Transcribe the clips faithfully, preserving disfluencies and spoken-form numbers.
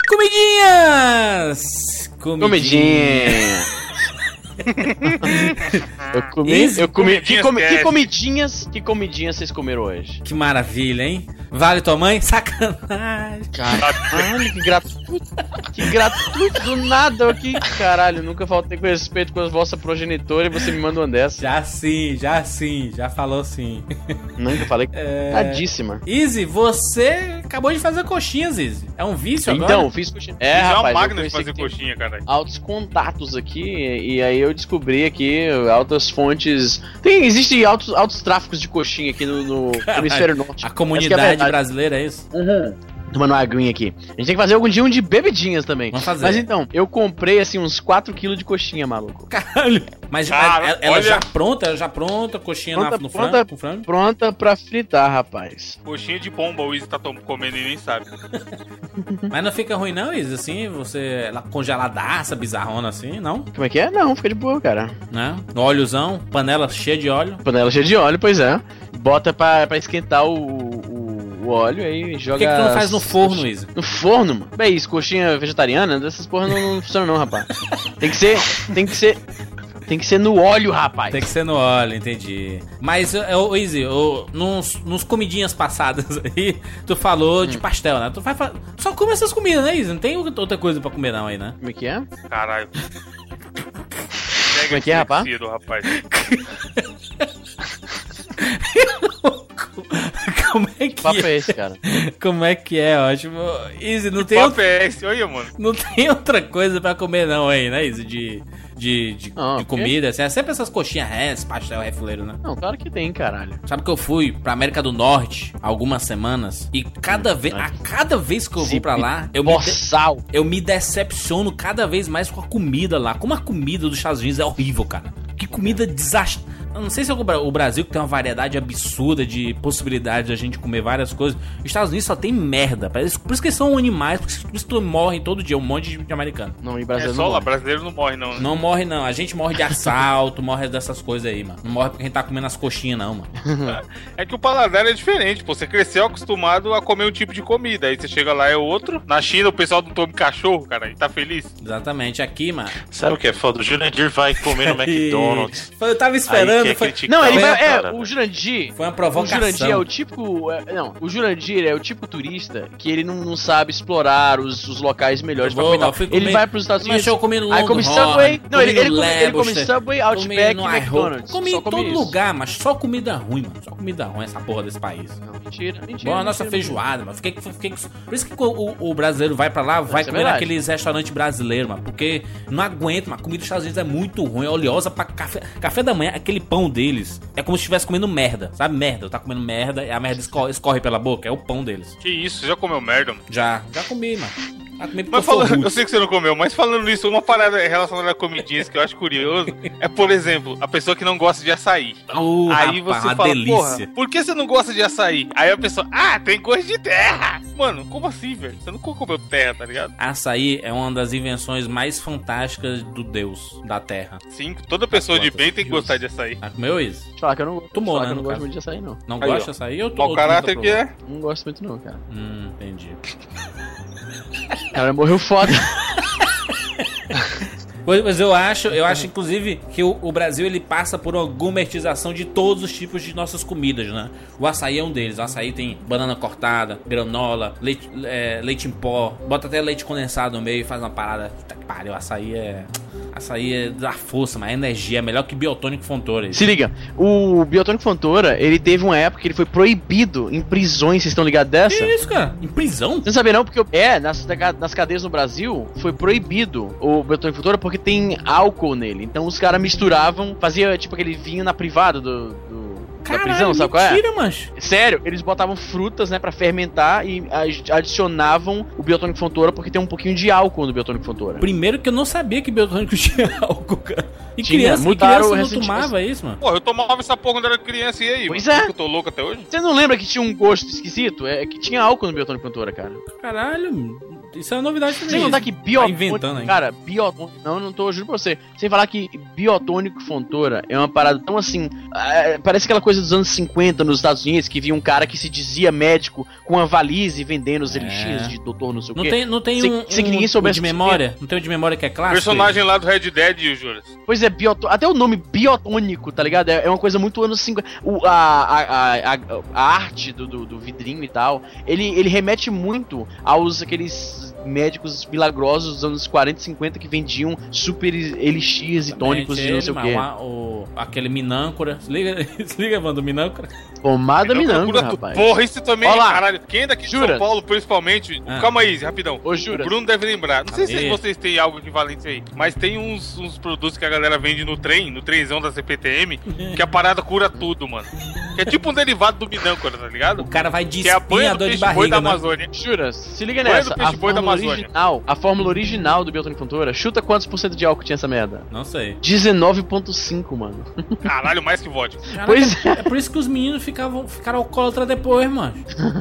Comidinhas! Comidinha! eu comi, Easy. eu comi. Que, comi, Comidinhas que comidinhas, que comidinhas vocês comeram hoje? Que maravilha, hein? Vale tua mãe? Sacanagem. Caralho, que gratuito. Que gratuito do nada aqui. Caralho, nunca faltei com respeito com a vossa progenitora e você me manda uma dessa. Já sim, já sim, já falou sim. Nunca falei. É... Tadíssima. Easy, você acabou de fazer coxinhas, Easy. É um vício agora? Então, fiz coxinha. É, É, rapaz, uma eu máquina de conheci fazer que tem coxinha, cara. altos contatos aqui, e aí eu descobri aqui altas fontes. Tem, existe altos, altos tráficos de coxinha aqui no, no hemisfério norte. A Essa que é a comunidade verdade. brasileira é isso? Uhum. Tomando uma aguinha aqui. A gente tem que fazer algum dia um de bebidinhas também. Vamos fazer. Mas então, eu comprei assim uns quatro quilos de coxinha, maluco. Caralho. Mas, Cara, mas ela, ela olha- já pronta, ela já pronta, coxinha Pronta, na, no pronta. frango, com frango? Pronta pra fritar, rapaz. Coxinha de pomba, o Izzy tá tom- comendo e nem sabe. Mas não fica ruim não, Easy, assim, você, ela congeladaça, bizarrona assim, não? Como é que é? Não, fica de boa, cara. Né? Óleozão, panela cheia de óleo. Panela cheia de óleo, pois é. Bota pra, pra esquentar o, o, o óleo aí joga. Por que, que tu não faz no as- forno, Easy? No forno, mano? Bem, isso, coxinha vegetariana, dessas porra não, não funciona não, rapaz. Tem que ser, tem que ser, tem que ser no óleo, rapaz. Tem que ser no óleo, entendi. Mas, ô, Easy, ô, nos, nos comidinhas passadas aí, tu falou de pastel, né? Tu vai fa- só come essas comidas, né, Easy? Não tem outra coisa pra comer não aí, né? Como é que é? Caralho. Como é que é, rapaz? Cedo, rapaz. Como é Que papo que é é? esse, cara? Como é que é, ótimo. Easy, não tem, Papo outra, é esse, olha, mano. não tem outra coisa pra comer não aí, né, Easy? De, de, de, Ah, de o quê? comida, assim, é sempre essas coxinhas res, pastel refuleiro, né? Não, claro que tem, caralho. Sabe que eu fui pra América do Norte há algumas semanas e cada vez, a cada vez que eu vou pra lá, eu me, de- Boçal. eu me decepciono cada vez mais com a comida lá. Como a comida dos Estados Unidos é horrível, cara. Que comida desastre. Eu não sei se é o Bra- o Brasil que tem uma variedade absurda de possibilidades de a gente comer várias coisas. Os Estados Unidos só tem merda. Por isso por isso que eles são animais, por isso por isso que morrem todo dia um monte de, de americano. Não, em É Brasil só não. lá, morre. brasileiro não morre, não. Né? Não morre não, a gente morre de assalto, morre dessas coisas aí, mano. Não morre porque a gente tá comendo as coxinhas não, mano. É que o paladar é diferente, pô. Você cresceu acostumado a comer um tipo de comida. Aí você chega lá é outro. Na China o pessoal não come cachorro, cara. E tá feliz. Exatamente, aqui, mano. Sabe o que é foda? O Jurandir vai comer no McDonald's. Eu tava Aí esperando, quer foi, criticar Não, ele o vai. É, cara, o né? Jurandir. foi uma O provocação. Jurandir é o típico. é, não, o Jurandir é o tipo turista que ele não, não sabe explorar os, os locais melhores Eu pra vou, comer. eu fui Ele comer- vai pros Estados Mas Unidos. eu comi no Aí come Longhorn, Subway. Não, ele, comi ele, no come, ele come Lebuster, Subway, comi Outback no e iHop. McDonald's. Comi Só em come todo isso. lugar, mas só comida ruim, mano. Só comida ruim essa porra desse país. Não, mentira, mentira. Bom, a nossa mentira, feijoada, mano. Fiquei, fiquei, por isso que o, o- o brasileiro vai pra lá, vai Isso é comer verdade. naqueles restaurantes brasileiros, mano. Porque não aguento, mano. A comida dos Estados Unidos é muito ruim, é oleosa pra café. Café da manhã, aquele pão deles é como se estivesse comendo merda, sabe? Merda. Eu tá comendo merda e a merda escorre, escorre pela boca. É o pão deles. Que isso, você já comeu merda, mano? Já, já comi, mano. Já comi porque Mas eu sou falando, eu rude. sei que você não comeu, mas falando nisso, uma parada relacionada a comidinhas que eu acho curioso é, por exemplo, a pessoa que não gosta de açaí. Uh, Aí rapaz, você uma fala, delícia. porra, por que você não gosta de açaí? Aí a pessoa, ah, tem gosto de terra. Mano, como assim, velho? Você nunca comeu terra, tá ligado? Açaí é uma das invenções mais fantásticas do Deus da Terra. Sim, toda pessoa de quantas? bem tem que gostar de açaí. Ah, comeu isso? Deixa eu falar que eu não, deixa eu Tomou, falar né, que eu não no gosto caso. muito de açaí, não. Não Aí, gosta ó. de açaí? Eu tô Mau caráter que é. Não gosto muito, não, cara. Hum, entendi. Ela morreu foda. Pois, mas eu acho, eu acho inclusive que o, o Brasil ele passa por uma gourmetização de todos os tipos de nossas comidas, né? O açaí é um deles. O açaí tem banana cortada, granola, leite, é, leite em pó, bota até leite condensado no meio e faz uma parada. Puta que pariu, açaí é. Açaí é da força, mas é energia, é melhor que biotônico Fontoura. Se liga, o Biotônico Fontoura, ele teve uma época que ele foi proibido em prisões, vocês estão ligados dessa? Que isso, cara? Em prisão? Você não sabia não, porque é, nas, nas cadeias no Brasil, foi proibido o Biotônico Fontoura porque tem álcool nele. Então os caras misturavam, fazia tipo aquele vinho na privada do, do- da Caralho, prisão, sabe qual é? mentira, mancho. Sério, eles botavam frutas, né, pra fermentar e a- adicionavam o Biotônico Fontoura porque tem um pouquinho de álcool no Biotônico Fontoura. Primeiro que eu não sabia que biotônico tinha álcool, cara. E Tinha, criança, e mudaram criança não recentemente. tomava isso, mano. Porra, eu tomava essa porra quando era criança e aí? Pois mano? é. Eu tô louco até hoje? Você não lembra que tinha um gosto esquisito? É que tinha álcool no Biotônico Fontoura, cara. Caralho, Isso é uma novidade pra mim. Sem contar que Tá biotônico, inventando aí. cara, biotônico, não, não tô, juro pra você, sem falar que biotônico fontora é uma parada tão assim, é, parece aquela coisa dos anos cinquenta nos Estados Unidos, que via um cara que se dizia médico com uma valise vendendo os É. elixirs de doutor não sei o Não quê. tem, não tem Sem- um, sem que um- ninguém um soubesse de o que memória? Não tem um de memória que é clássico? Personagem lá do Red Dead, Juras. Pois é, biotô- até o nome biotônico, tá ligado? É, é uma coisa muito anos cinquenta. O, a, a, a, a, a arte do, do, do vidrinho e tal, ele, ele remete muito aos aqueles médicos milagrosos dos anos quarenta e cinquenta que vendiam super elixirs e tônicos de não sei o Ele, quê. mas o- aquele minâncora. Se liga, se liga, mano, do minâncora. Pomada Não minâncora, procura tu- rapaz. Porra, isso também, Ó lá. caralho. Quem é daqui de Juras. São Paulo, principalmente. Ah. Calma aí, rapidão. Ô, O Juras. Bruno deve lembrar. Não sei se Cadê? vocês têm algo equivalente aí, mas tem uns, uns produtos que a galera vende no trem, no trenzão da C P T M, que a parada cura tudo, mano. Que é tipo um derivado do minâncora, tá ligado? O cara vai de Que é a banha espinha, do dor de peixe boi da barriga, né? Amazônia. Juras, se liga Banha nessa. do peixe A boi da fórmula Amazônia. original, a fórmula original do biotônico fontora, chuta quantos por cento de álcool tinha essa merda? Não sei. dezenove vírgula cinco, mano. Caralho, mais que vodka. Caraca, Pois é. é por isso que os meninos ficavam, ficaram alcoólatra depois, mano.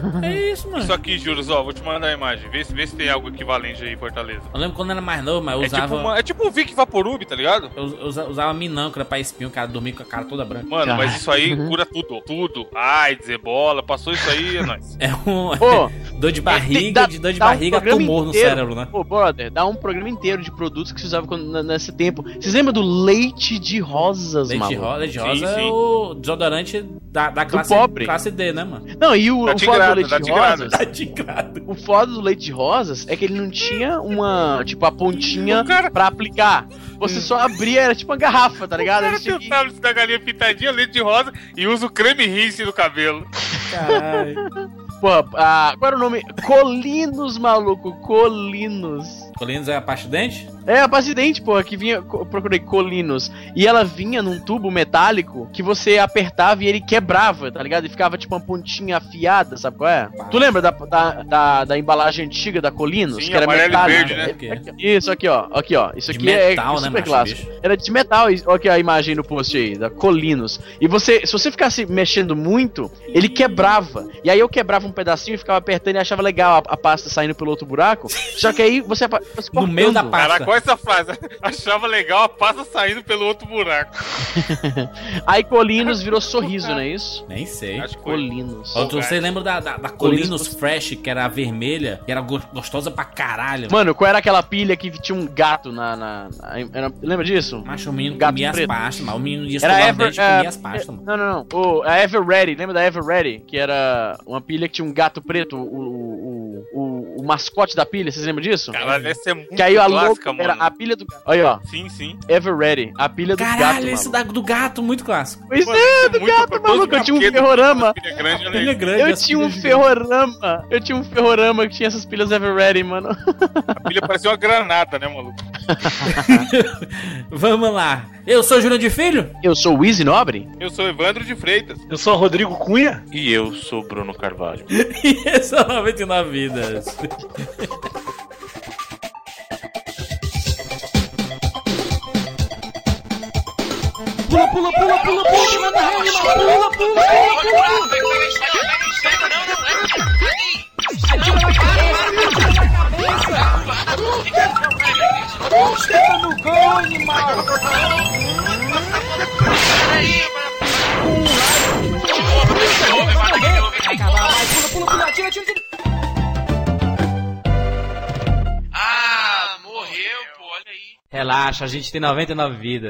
É isso, mano. Isso aqui, Juros, ó, vou te mandar a imagem. Vê, se- vê se tem algo equivalente aí em Fortaleza. Eu lembro quando eu era mais novo, mas eu É usava. tipo, uma, é tipo um Vic Vaporub, tá ligado? Eu eu usa- usava minâncora pra espinho, o cara dormia com a cara toda branca. Mano, mas Caralho. isso aí cura tudo. Tudo. AIDS, ebola, passou isso aí, é nóis. É um. Pô, dor de barriga, dá- de dor de dá um barriga, programa tumor no inteiro. cérebro, né? Pô, brother, dá um programa inteiro de produtos que se usava quando- n- nesse tempo. Vocês lembram do leite de rosas, Leite de maluco? rosa, leite de Sim, rosa é sim. o desodorante da, da classe, pobre. classe D, né, mano? Não, e o, Dá o foda tigrada, do leite dá de tigrada. rosas... Tá de grado. O foda do leite de rosas é que ele não tinha uma, tipo, a pontinha O cara- pra aplicar. Você só abria, era tipo uma garrafa, tá ligado? O cara Ele tem o tinha- tablet da galinha pintadinha, leite de rosa e usa o creme rinse no cabelo. Caralho. Pô, ah, qual era o nome? Colinos, maluco, Colinos. Colinos é a parte do dente? É, a pasta de dente, pô, que vinha, co- eu procurei Colinos. E ela vinha num tubo metálico que você apertava e ele quebrava, tá ligado? E ficava tipo uma pontinha afiada, sabe qual é? Tu lembra da, da, da, da embalagem antiga da Colinos? Sim, que era amarelo e metálica? verde, né? Ok. Aqui, Isso aqui, ó. Aqui, ó. Isso De aqui metal, é né, super macho, clássico. bicho? Era de metal. e- Olha aqui a imagem no post aí, da Colinos. E você, se você ficasse mexendo muito, ele quebrava. E aí eu quebrava um pedacinho e ficava apertando e achava legal a, a pasta saindo pelo outro buraco. Só que aí você apa- você No meio da cortando. pasta. Caraca, olha essa frase. Achava legal a pasta saindo pelo outro buraco. Aí Colinos virou sorriso, não é isso? Nem sei. Acho que foi. Colinos. Ó, Você lembra da, da, da Colinos Fresh, que era a vermelha, que era go- gostosa pra caralho? Mano, qual era aquela pilha que tinha um gato na. na, na- era- lembra disso? Macho, o menino Gato comia as preto. pastas, mas o menino ia Era escovar o Ever. dente e comia é, as pastas, mano. Não, não, não. O, a Ever Ready, lembra da Ever Ready? Que era uma pilha que tinha um gato preto, o, o, o, o mascote da pilha, vocês lembram disso? Caralho, essa é muito Que aí a logo clássica, era mano. a pilha do gato. Olha, ó. Sim, sim. Ever Ready, a pilha do gato. Caralho, esse maluco. da, do gato, muito clássico. Pois Mano, é, isso é do muito gato, gostoso, maluco. Eu tinha um brinquedo, ferrorama. pilha grande, olha Pilha aí. grande. Eu as tinha um pilhas ferrorama. Eu tinha um ferrorama que tinha essas pilhas Ever Ready, mano. A pilha parecia uma granada, né, maluco? gigantes. Vamos lá. Eu sou Júnior de Filho? Eu sou o Easy Nobre. Eu sou Evandro de Freitas. Eu sou o Rodrigo Cunha. E eu sou Bruno Carvalho. E esse é o noventa e nove Vidas. Pula, pula, pula, pula, pula, de manda ré, pula, pula, pula, pula. Ah, morreu, pô, olha aí. Relaxa, a gente tem noventa e nove vidas.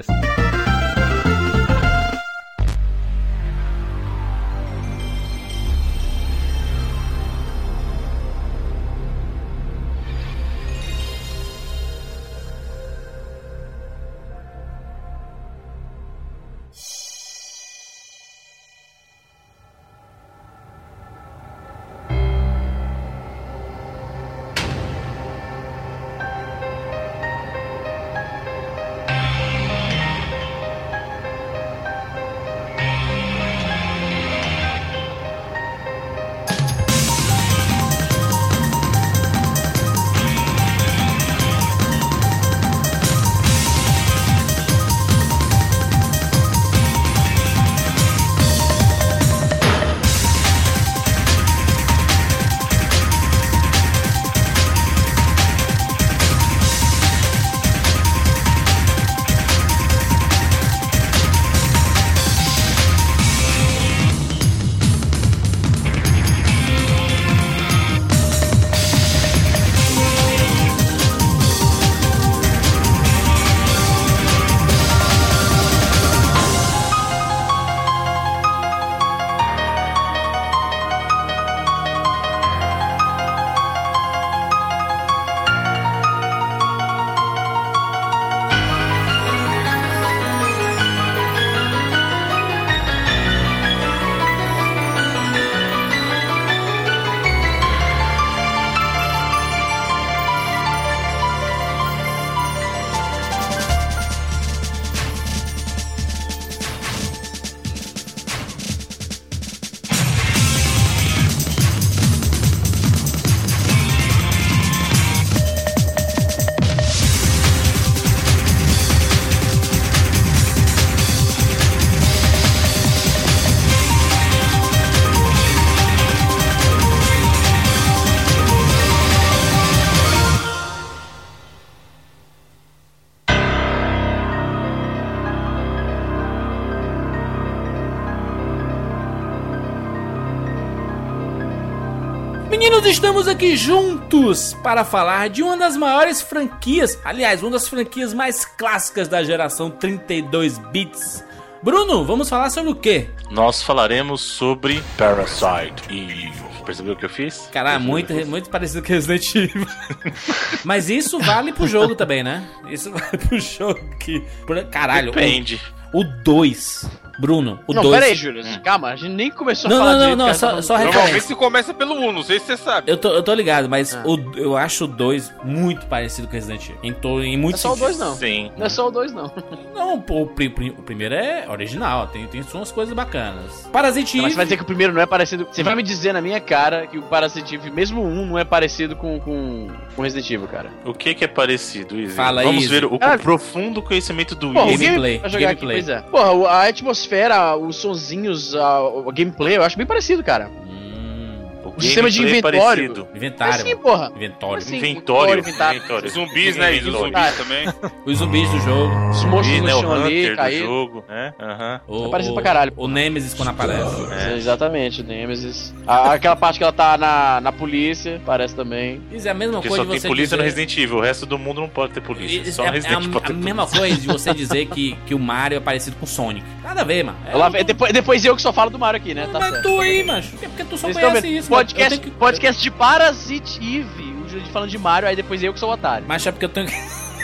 Meninos, estamos aqui juntos para falar de uma das maiores franquias, aliás, uma das franquias mais clássicas da geração trinta e dois bits. Bruno, vamos falar sobre o quê? Nós falaremos sobre Parasite Eve. Percebeu o que eu fiz? Caralho, muito, muito parecido com Resident Evil. Mas isso vale pro jogo também, né? Isso vale pro jogo que... Caralho. Depende. O dois... Bruno, o Não, dois... pera aí, Júlio. Hum. Calma, a gente nem começou não, a falar Não, não, direito, não, cara, só, tá só Normalmente referência. se começa pelo um, não sei se você sabe. Eu tô, eu tô ligado, mas Ah. o, eu acho o dois muito parecido com Resident Evil. Em, to, em muitos Não é só o dois, sentidos. não. Sim. Não é só o dois, não. Não, o, pri, pri, o primeiro é original, tem, tem umas coisas bacanas. Parasite Não, mas Eve... você vai dizer que o primeiro não é parecido... Você vai me dizer na minha cara que o Parasite Eve, mesmo um, não é parecido com, com, com Resident Evil, cara. O que que é parecido, Izzy? Fala aí, Vamos Izzy. ver o, o Ah, profundo conhecimento do Porra, o Izzy. Gameplay, game... Pra jogar gameplay. aqui, pois é. Porra, o- a atmosfera, os sonzinhos, a, o gameplay, eu acho bem parecido, cara. Hum, O sistema de gameplay é inventório. parecido. inventário. É sim, porra. Inventório. Assim, Inventório. inventário. Inventório. Zumbis, né? E os Inventório. zumbis também. Os zumbis do jogo. Os monstros Zumbi, no né? O chão ali, Hunter do caído. jogo, né? Aham. O, É parecido o- pra caralho. O Nemesis quando aparece. É. Exatamente, o Nemesis. A- aquela parte que ela tá na, na polícia, parece também. Isso é a mesma Porque coisa só de tem você polícia dizer... no Resident Evil, o resto do mundo não pode ter polícia. Isso Só é, no é Resident Evil a, pode a ter mesma polícia. coisa de você dizer que, que o Mario é parecido com o Sonic. Nada a ver, mano. É, Ela, eu tô- depois, depois eu que só falo do Mario aqui, né? Tá Mas certo. tu aí, macho. Porque, porque tu só Vocês estão conhece vendo? isso. mano. Eu Podcast, tenho que- podcast de Parasite Eve. O Júlio falando de Mario, aí depois eu que sou o otário. Mas é porque eu tenho que...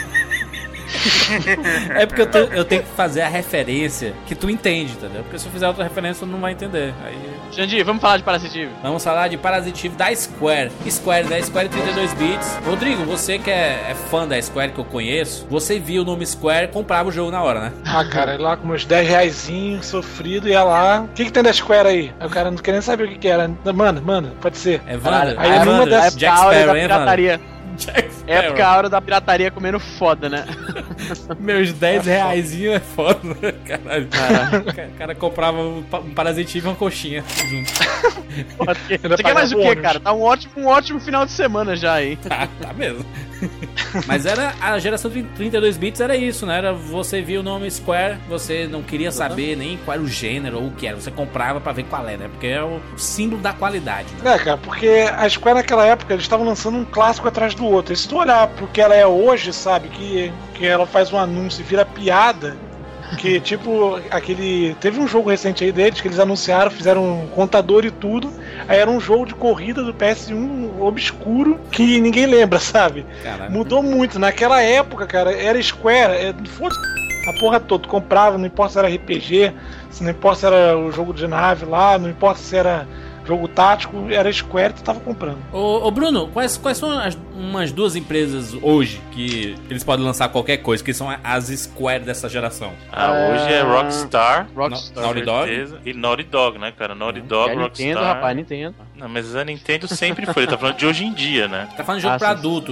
É porque eu tenho, eu tenho que fazer a referência que tu entende, entendeu? Porque se eu fizer outra referência, tu não vai entender. Aí... Jandir, vamos falar de Parasite Eve. Vamos falar de Parasite Eve da Square. Square, da Square trinta e dois bits. Rodrigo, você que é, é fã da Square, que eu conheço, você viu o nome Square, comprava o jogo na hora, né? Ah, cara, lá com meus dez reaisinhos, sofrido, ia lá. O que que tem da Square aí? Aí o cara não queria nem saber o que que era. Manda, manda, pode ser. É Wander, Aí é numa Wander, das- Jack a hora Sparrow, da hein, Wander? pirataria. Jack Sparrow. Época a hora da pirataria comendo foda, né? Meus dez reaisinhos é foda, né? Caralho. Cara. O ca- cara comprava um pa- um Parasite Eve e uma coxinha junto. Você Ainda quer mais o pagava quê, ônibus. cara? Tá um ótimo, um ótimo final de semana já, hein? Tá, tá mesmo. Mas era a geração de trinta e dois bits, era isso, né? Era você via o nome Square, você não queria saber nem qual era o gênero ou o que era, você comprava pra ver qual era, né? Porque é o símbolo da qualidade, né? É, cara, porque a Square naquela época, eles estavam lançando um clássico atrás do outro. E se tu olhar pro que ela é hoje, sabe, que, que ela faz um anúncio e vira piada, que tipo, aquele... Teve um jogo recente aí deles que eles anunciaram, fizeram um contador e tudo, aí era um jogo de corrida do P S um obscuro que ninguém lembra, sabe? Caralho. Mudou muito. Naquela época, cara, era Square, é, foda a porra toda. Tu comprava, não importa se era R P G, se não importa se era o jogo de nave lá, não importa se era jogo tático, era Square, tu tava comprando. Ô, ô Bruno, quais, quais são as, umas duas empresas hoje que eles podem lançar qualquer coisa, que são as Square dessa geração? Ah, hoje é Rockstar. Rockstar. Naughty Dog? certeza, E Naughty Dog, né, cara? Naughty Dog, É Rockstar. Nintendo, rapaz, Nintendo. Não, mas a Nintendo sempre foi. Ele tá falando de hoje em dia, né? Tá falando de jogo Ah, pra sim. adulto.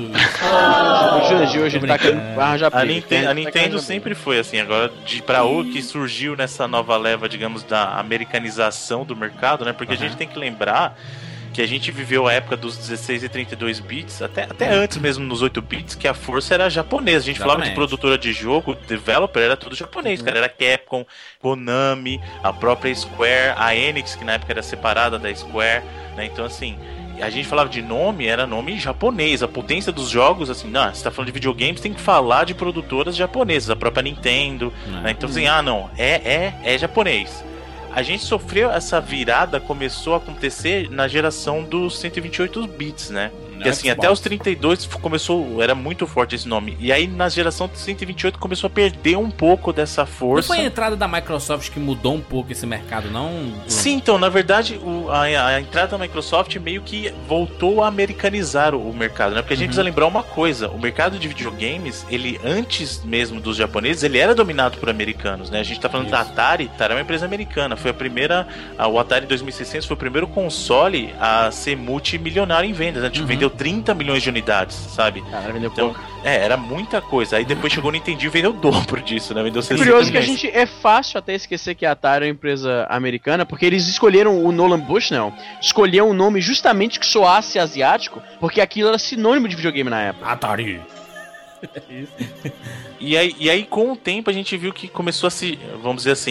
O Jandir hoje Tô ele tá brincando. querendo arranjar A briga. Nintendo, a Tá Nintendo querendo sempre foi assim. Agora, de pra o que surgiu nessa nova leva, digamos, da americanização do mercado, né? Porque Aham. a gente tem que lembrar que a gente viveu a época dos dezesseis e trinta e dois bits, até, até antes mesmo nos oito bits, que a força era japonesa. A gente falava de Exatamente. produtora de jogo, developer, era tudo japonês, cara. Era Capcom, Konami, a própria Square, a Enix, que na época era separada da Square, né? Então, assim, a gente falava de nome, era nome japonês. A potência dos jogos, assim, não, você tá falando de videogames, tem que falar de produtoras japonesas, a própria Nintendo, né? Então, assim, ah, não, é, é, é japonês. A gente sofreu essa virada, começou a acontecer na geração dos cento e vinte e oito bits, né? E assim, Xbox. até os trinta e dois começou, era muito forte esse nome. E aí na geração de cento e vinte e oito começou a perder um pouco dessa Não força. foi a entrada da Microsoft que mudou um pouco esse mercado, não? Bruno? Sim, então, na verdade, o- a, a entrada da Microsoft meio que voltou a americanizar o, o mercado, né? Porque a gente Uhum. precisa lembrar uma coisa, o mercado de videogames, ele, antes mesmo dos japoneses, ele era dominado por americanos, né? A gente tá falando da Isso. Atari, Atari é uma empresa americana, foi a primeira, a- o Atari dois mil e seiscentos foi o primeiro console a ser multimilionário em vendas, né? Tipo, Uhum. vendeu trinta milhões de unidades, sabe? Cara, vendeu Então, pouco. é, era muita coisa. Aí depois chegou o Nintendo e vendeu o dobro disso, né? Vendeu É sessenta curioso que a milhões. gente é fácil até esquecer que a Atari é uma empresa americana, porque eles escolheram o Nolan Bushnell, escolheram um nome justamente que soasse asiático, porque aquilo era sinônimo de videogame na época. Atari. E aí, e aí, com o tempo, a gente viu que começou a se, vamos dizer assim,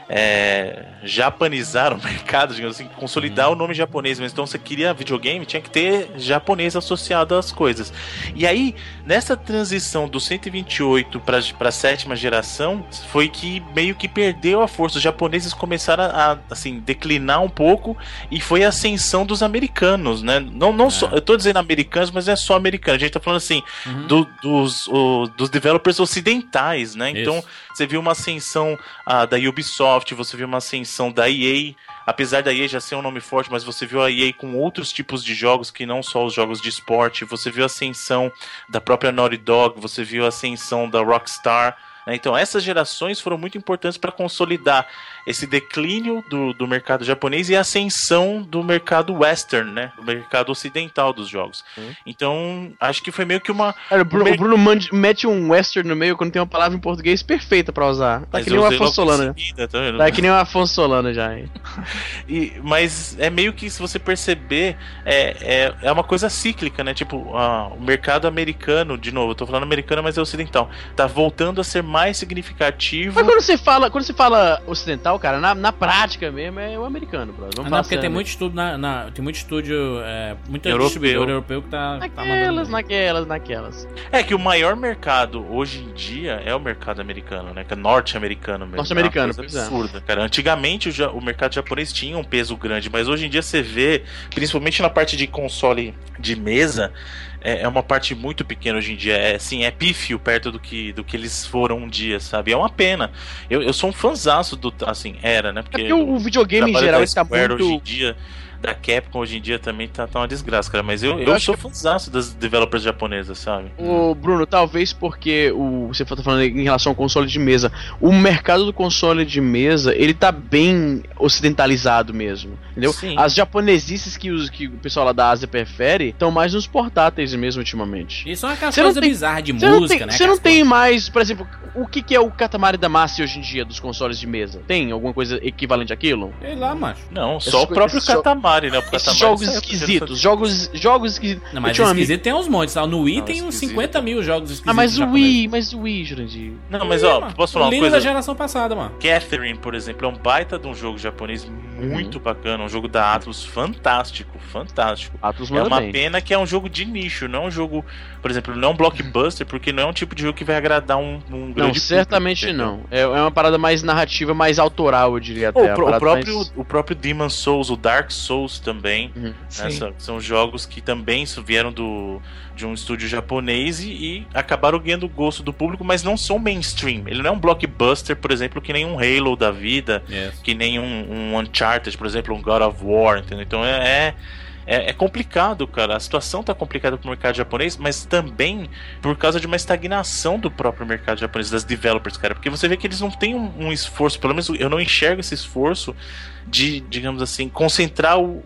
é, japanizar o mercado, digamos assim, consolidar o nome japonês. Mas então você queria videogame, tinha que ter japonês associado às coisas. E aí, nessa transição do cento e vinte e oito para a sétima geração, foi que meio que perdeu a força. Os japoneses começaram a, assim, declinar um pouco e foi a ascensão dos americanos, né? Não, não é. só, eu tô dizendo americanos, mas não é só americano. A gente tá falando assim, uhum. do, dos, o, dos developers ocidentais, né? Isso. Então, você viu uma ascensão uh, da Ubisoft, você viu uma ascensão da E A. Apesar da E A já ser um nome forte, mas você viu a E A com outros tipos de jogos que não só os jogos de esporte. Você viu a ascensão da própria Naughty Dog, você viu a ascensão da Rockstar. Né? Então essas gerações foram muito importantes para consolidar esse declínio do, do mercado japonês e a ascensão do mercado western, né? Do mercado ocidental dos jogos. Hum. Então, acho que foi meio que uma... Cara, o Bruno, o Bruno mete um western no meio quando tem uma palavra em português perfeita pra usar. Tá mas que nem o Afonso Solano. Seguida, tá, tá que nem o Afonso Solano já. e, mas é meio que, se você perceber, é, é, é uma coisa cíclica, né? Tipo, uh, o mercado americano, de novo, eu tô falando americano, mas é ocidental, tá voltando a ser mais significativo. Mas quando você fala, quando você fala ocidental, cara, na, na prática mesmo é o americano, bro. Vamos ah, não, porque tem muito estúdio na, na, tem muito estúdio, é, muito europeu. distribuidor europeu que tá naquelas, tá mandando naquelas, naquelas. É que o maior mercado hoje em dia é o mercado americano, né? Que é norte-americano mesmo. Norte-americano, é uma coisa absurda, cara. Antigamente o, o mercado japonês tinha um peso grande, mas hoje em dia você vê, principalmente na parte de console de mesa, é uma parte muito pequena hoje em dia. É, assim, é pífio perto do que, do que eles foram um dia, sabe? É uma pena. Eu, eu sou um fanzaço do... Assim, era, né? Porque, é porque o videogame em geral está muito... Hoje em dia, da Capcom hoje em dia também tá, tá uma desgraça, cara. Mas eu, eu, eu sou que... fanzaço das developers japonesas, sabe? O Bruno, talvez porque o, você tá falando em relação ao console de mesa, o mercado do console de mesa, ele tá bem ocidentalizado mesmo, entendeu? Sim. As japonesices que, os, que o pessoal lá da Ásia prefere estão mais nos portáteis mesmo ultimamente. Isso é uma coisa bizarra de você música, tem, né? Você não tem mais, por exemplo, o que, que é o Katamari Damacy hoje em dia dos consoles de mesa? Tem alguma coisa equivalente àquilo? Sei lá, macho. Não, só Essas o próprio Katamari. Né? Esses jogos esquisitos, jogos, jogos esquisitos. Não, mas esquisito tem uns montes, tá? No Wii não, tem uns cinquenta mil jogos esquisitos. Ah, mas o Wii, mas o Wii, Jurandir. Não, mas ó, mano, posso falar uma coisa? Da geração passada, mano. Catherine, por exemplo, é um baita de um jogo japonês muito uhum. bacana, um jogo da Atlus fantástico, fantástico. Atlus é uma bem. pena que é um jogo de nicho, não é um jogo, por exemplo, não é um blockbuster, porque não é um tipo de jogo que vai agradar um, um grande Não, certamente público, não. É, é uma parada mais narrativa, mais autoral, eu diria até. O, pro, o, próprio, mais... o próprio Demon's Souls, o Dark Souls também, uhum. né, são, são jogos que também vieram do, de um estúdio japonês e, e acabaram ganhando o gosto do público, mas não são mainstream. Ele não é um blockbuster, por exemplo, que nem um Halo da vida, yes. que nem um, um Uncharted, por exemplo, um God of War, entendeu? Então é... É, é complicado, cara. A situação tá complicada pro mercado japonês, mas também por causa de uma estagnação do próprio mercado japonês, das developers, cara. Porque você vê que eles não têm um, um esforço, pelo menos eu não enxergo esse esforço de, digamos assim, concentrar o...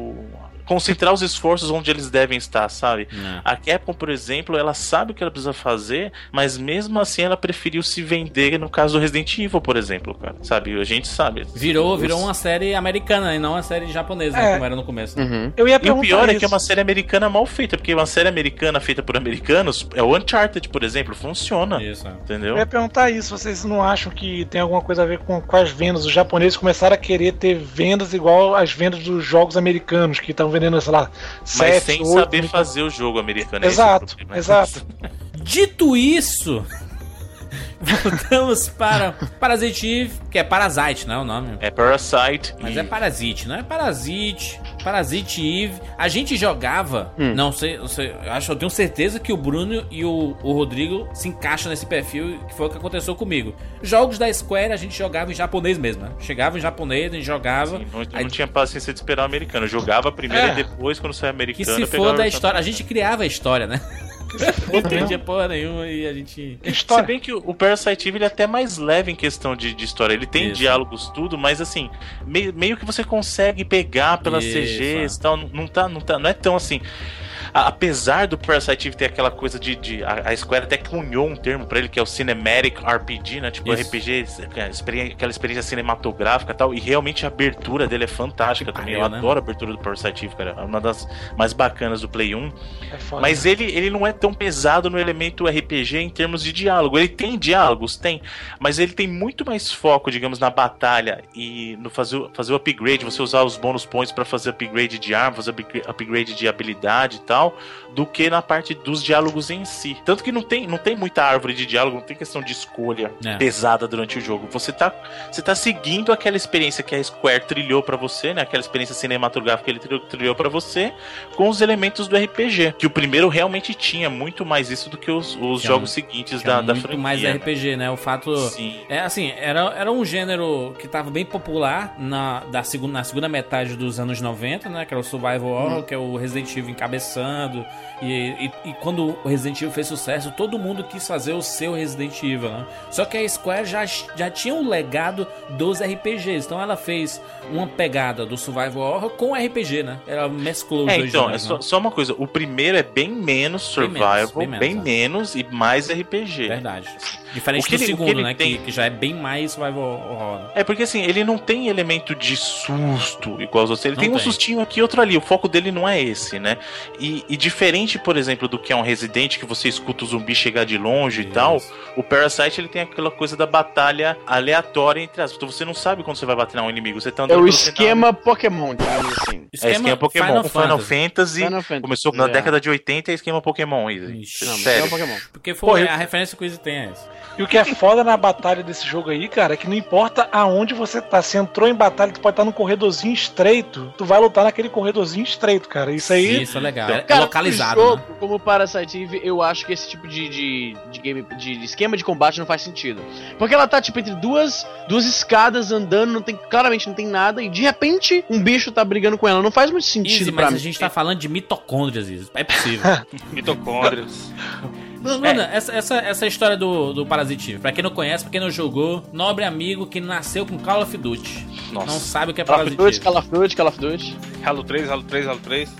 o concentrar os esforços onde eles devem estar, sabe? Não. A Capcom, por exemplo, ela sabe o que ela precisa fazer, mas mesmo assim ela preferiu se vender no caso do Resident Evil, por exemplo, cara, sabe? A gente sabe. Virou, virou uma série americana e não uma série japonesa, é. né, como era no começo. Né? Uhum. Eu ia e o pior isso. é que é uma série americana mal feita, porque uma série americana feita por americanos, é o Uncharted, por exemplo, funciona. Isso. Entendeu? Eu ia perguntar isso, vocês não acham que tem alguma coisa a ver com, com as vendas? Os japoneses começaram a querer ter vendas igual as vendas dos jogos americanos, que estão vendendo, sei lá, mas sete, sem oito, saber oito... fazer o jogo americano. Exato, é exato. Dito isso, voltamos para Parasite Eve, que é Parasite, não é o nome? É Parasite. Mas Eve. é Parasite, não é Parasite. Parasite Eve. A gente jogava, hum. não sei, não sei, eu acho, eu tenho certeza que o Bruno e o, o Rodrigo se encaixam nesse perfil, que foi o que aconteceu comigo. Jogos da Square a gente jogava em japonês mesmo, né? Chegava em japonês, a gente jogava. Sim, não, não tinha paciência de esperar o americano. Eu jogava primeiro é. e depois, quando saiu americano. Que se for da história, a gente criava a história, né? Não entendia porra nenhuma e a gente... Se bem que o, o Parasite Eve ele é até mais leve em questão de, de história. Ele tem Isso. diálogos, tudo, mas assim, meio, meio que você consegue pegar pelas Isso. C Gs e tal. Não, tá, não, tá, não é tão assim. a, apesar do Parasite Eve ter aquela coisa de, de a, a Square até cunhou um termo pra ele que é o Cinematic R P G, né, tipo Isso. R P G, aquela experiência cinematográfica e tal, e realmente a abertura dele é fantástica também, eu né? adoro a abertura do Parasite Eve, cara, é uma das mais bacanas do Play um, É foda. mas ele, ele não é tão pesado no elemento R P G em termos de diálogo, ele tem diálogos, tem, mas ele tem muito mais foco, digamos, na batalha e no fazer, fazer o upgrade, você usar os bônus points pra fazer upgrade de arma, fazer upgrade de habilidade e tal, do que na parte dos diálogos em si. Tanto que não tem, não tem muita árvore de diálogo, não tem questão de escolha É. pesada durante o jogo. Você tá, você tá seguindo aquela experiência que a Square trilhou pra você, né? Aquela experiência cinematográfica que ele trilhou, trilhou pra você, com os elementos do R P G. Que o primeiro realmente tinha muito mais isso do que os, os Tinha jogos um- seguintes Tinha da, da muito franquia. mais né? R P G, né? O fato... Sim. É assim, era, era um gênero que tava bem popular na, da segunda, na segunda metade dos anos noventa, né? Que era o Survival Horror, Hum. que é o Resident Evil encabeçando. E, e, e quando o Resident Evil fez sucesso, todo mundo quis fazer o seu Resident Evil, né? Só que a Square já, já tinha um legado dos R P Gs. Então ela fez uma pegada do Survival Horror com R P G, né? Ela mesclou os É, dois então, é gêneros, só, né? só uma coisa, o primeiro é bem menos Bem survival, menos, bem bem menos, menos, e mais R P G. Verdade. Diferente O que do ele- o que segundo, ele né? tem- Que, que já é bem mais Survival Horror. Né? É porque assim, ele não tem elemento de susto igual os outros. Ele Não tem um tem. sustinho aqui e outro ali. O foco dele não é esse, né? E, e diferente, por exemplo, do que é um Resident, que você escuta o zumbi chegar de longe e tal, o Parasite ele tem aquela coisa da batalha aleatória entre as. Então você não sabe quando você vai bater um inimigo. Você tá É andando o pelo cenário. esquema Pokémon, digamos assim. É esquema Pokémon. Final o Final Fantasy. Fantasy, Final Fantasy. começou na É. década de oitenta, é esquema Pokémon. Easy. Ixi. Não, Sério. é um Pokémon. Porque foi Pô, eu- a referência que o Easy tem é essa. E o que é foda na batalha desse jogo aí, cara, é que não importa aonde você tá. Se entrou em batalha, tu pode estar num corredorzinho estreito, tu vai lutar naquele corredorzinho estreito, cara. Isso aí. Isso é legal. Então, é Cara, localizado, no jogo, né? como Parasite Eve, eu acho que esse tipo de, de, de game, de, de esquema de combate não faz sentido. Porque ela tá, tipo, entre duas, duas escadas andando, não tem, claramente não tem nada, e de repente um bicho tá brigando com ela. Não faz muito sentido Easy, pra mas mim. a gente tá falando de mitocôndrias, Easy. É possível. Mitocôndrias. Mano, essa, essa, essa história do, do Parasite Eve, pra quem não conhece, pra quem não jogou, nobre amigo que nasceu com Call of Duty. Nossa. Não sabe o que é Call of Parasite Duty, Eve. Call of Duty, Call of Duty. Halo três, Halo três, Halo três.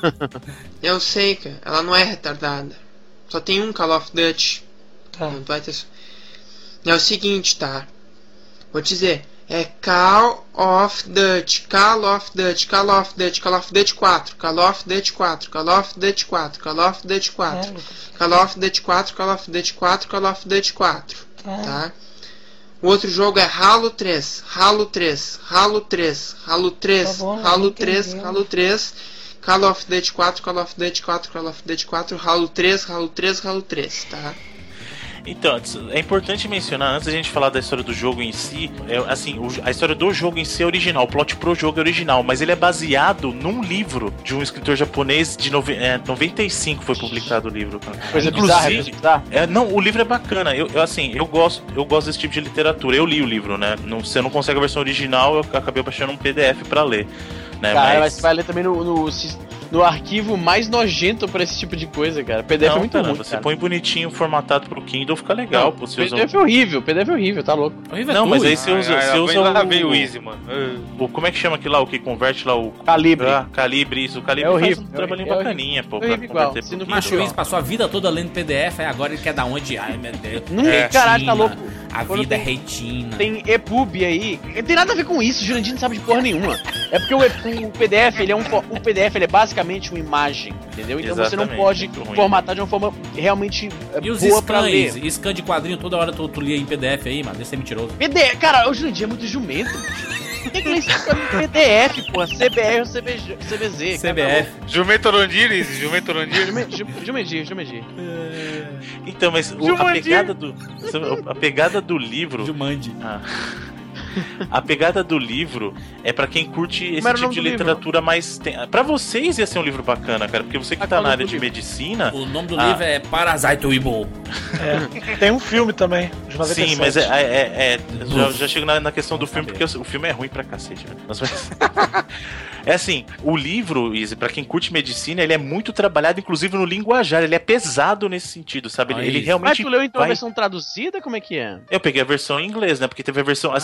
Eu sei, cara. Ela não é retardada. Só tem um Call of Duty. Tá. Não vai ter... É o seguinte, tá? Vou te dizer. É Call of Duty, Call of Duty, Call of Duty, Call of Duty quatro, Call of Duty quatro, Call of Duty quatro, Call of Duty quatro, Call of Duty quatro, Call of Duty quatro, Call of Duty quatro, tá? O outro jogo é Halo três, Halo três, Halo três, Halo três, Tá bom, Halo eu três, entendi. Halo três, Call of Duty quatro, Call of Duty quatro, Call of Duty quatro, Halo três, Halo três, Halo três, tá? Então, é importante mencionar, antes da gente falar da história do jogo em si, é, assim, o- a história do jogo em si é original, o plot pro jogo é original, mas ele é baseado num livro de um escritor japonês de nove, é, noventa e cinco foi publicado o livro. Cara. Coisa bizarra, coisa Inclusive, bizarra. é, não, o livro é bacana, eu, eu, assim, eu gosto, eu gosto desse tipo de literatura, eu li o livro, né, não, você não consegue a versão original, eu acabei baixando um P D F pra ler, né, Cara, mas mas... você vai ler também no, no, no arquivo mais nojento pra esse tipo de coisa, cara. P D F é Não, muito cara, ruim, você cara. põe bonitinho, formatado pro Kindle, fica legal, Não, pô, você usa P D F é horrível, P D F é horrível, tá louco. Horrível é Não, tu, mas aí Easy. você usa, Ah, você lá usa vem- lá o, veio o Easy, mano. Ah. o- como é que chama aquilo lá, o que converte lá o... Calibre. Ah, calibre, isso. O calibre É faz horrível, um é trabalhinho horrível, bacaninha, pô, é pra horrível igual. converter Se pro não Kindle. Macho, o Easy passou a vida toda lendo P D F, aí agora ele quer dar onde? Ai, meu Deus. Não tem, caralho, tá louco. A Quando vida é tem- retina. Tem EPUB aí. Não tem nada a ver com isso, o Jurandir não sabe de porra nenhuma. É porque o, E- o P D F, ele é um fo- o P D F ele é basicamente uma imagem, entendeu? Então você não Exatamente, pode muito ruim. formatar de uma forma realmente é, E os boa pra ler. scans, scan de quadrinho, toda hora tu, tu lia em P D F aí, mano. Deve ser mentiroso. P D F, cara, o Jurandir é muito jumento. Mano. Tem que ler isso em P D F, porra. C B R ou C B G, C B Z. C B F. Jumento Orondir, Easy, Jumento Orondir. Jumendir, Jumendir. Então, mas o- a Jumanji. pegada do. A pegada do livro. Jumanji. Ah. A pegada do livro é pra quem curte esse Como era o tipo nome de do livro? livratura mais. Tem... Pra vocês ia ser um livro bacana, cara, porque você que Ah, tá qual na é o área nome de do livro? medicina. O nome do Ah. livro é Parasite Weeble. É. Tem um filme também, de noventa e sete. Sim, mas é, é, é- é- já, já chego na, na questão do filme, porque o, o filme é ruim pra cacete, velho. Mas- É assim, o livro, Izzy, pra quem curte medicina, ele é muito trabalhado, inclusive no linguajar, ele é pesado nesse sentido, sabe? Ele, Ah, ele isso. realmente. Mas tu leu então a vai- versão traduzida? Como é que é? Eu peguei a versão em inglês, né? Porque teve a versão, assim, o Tem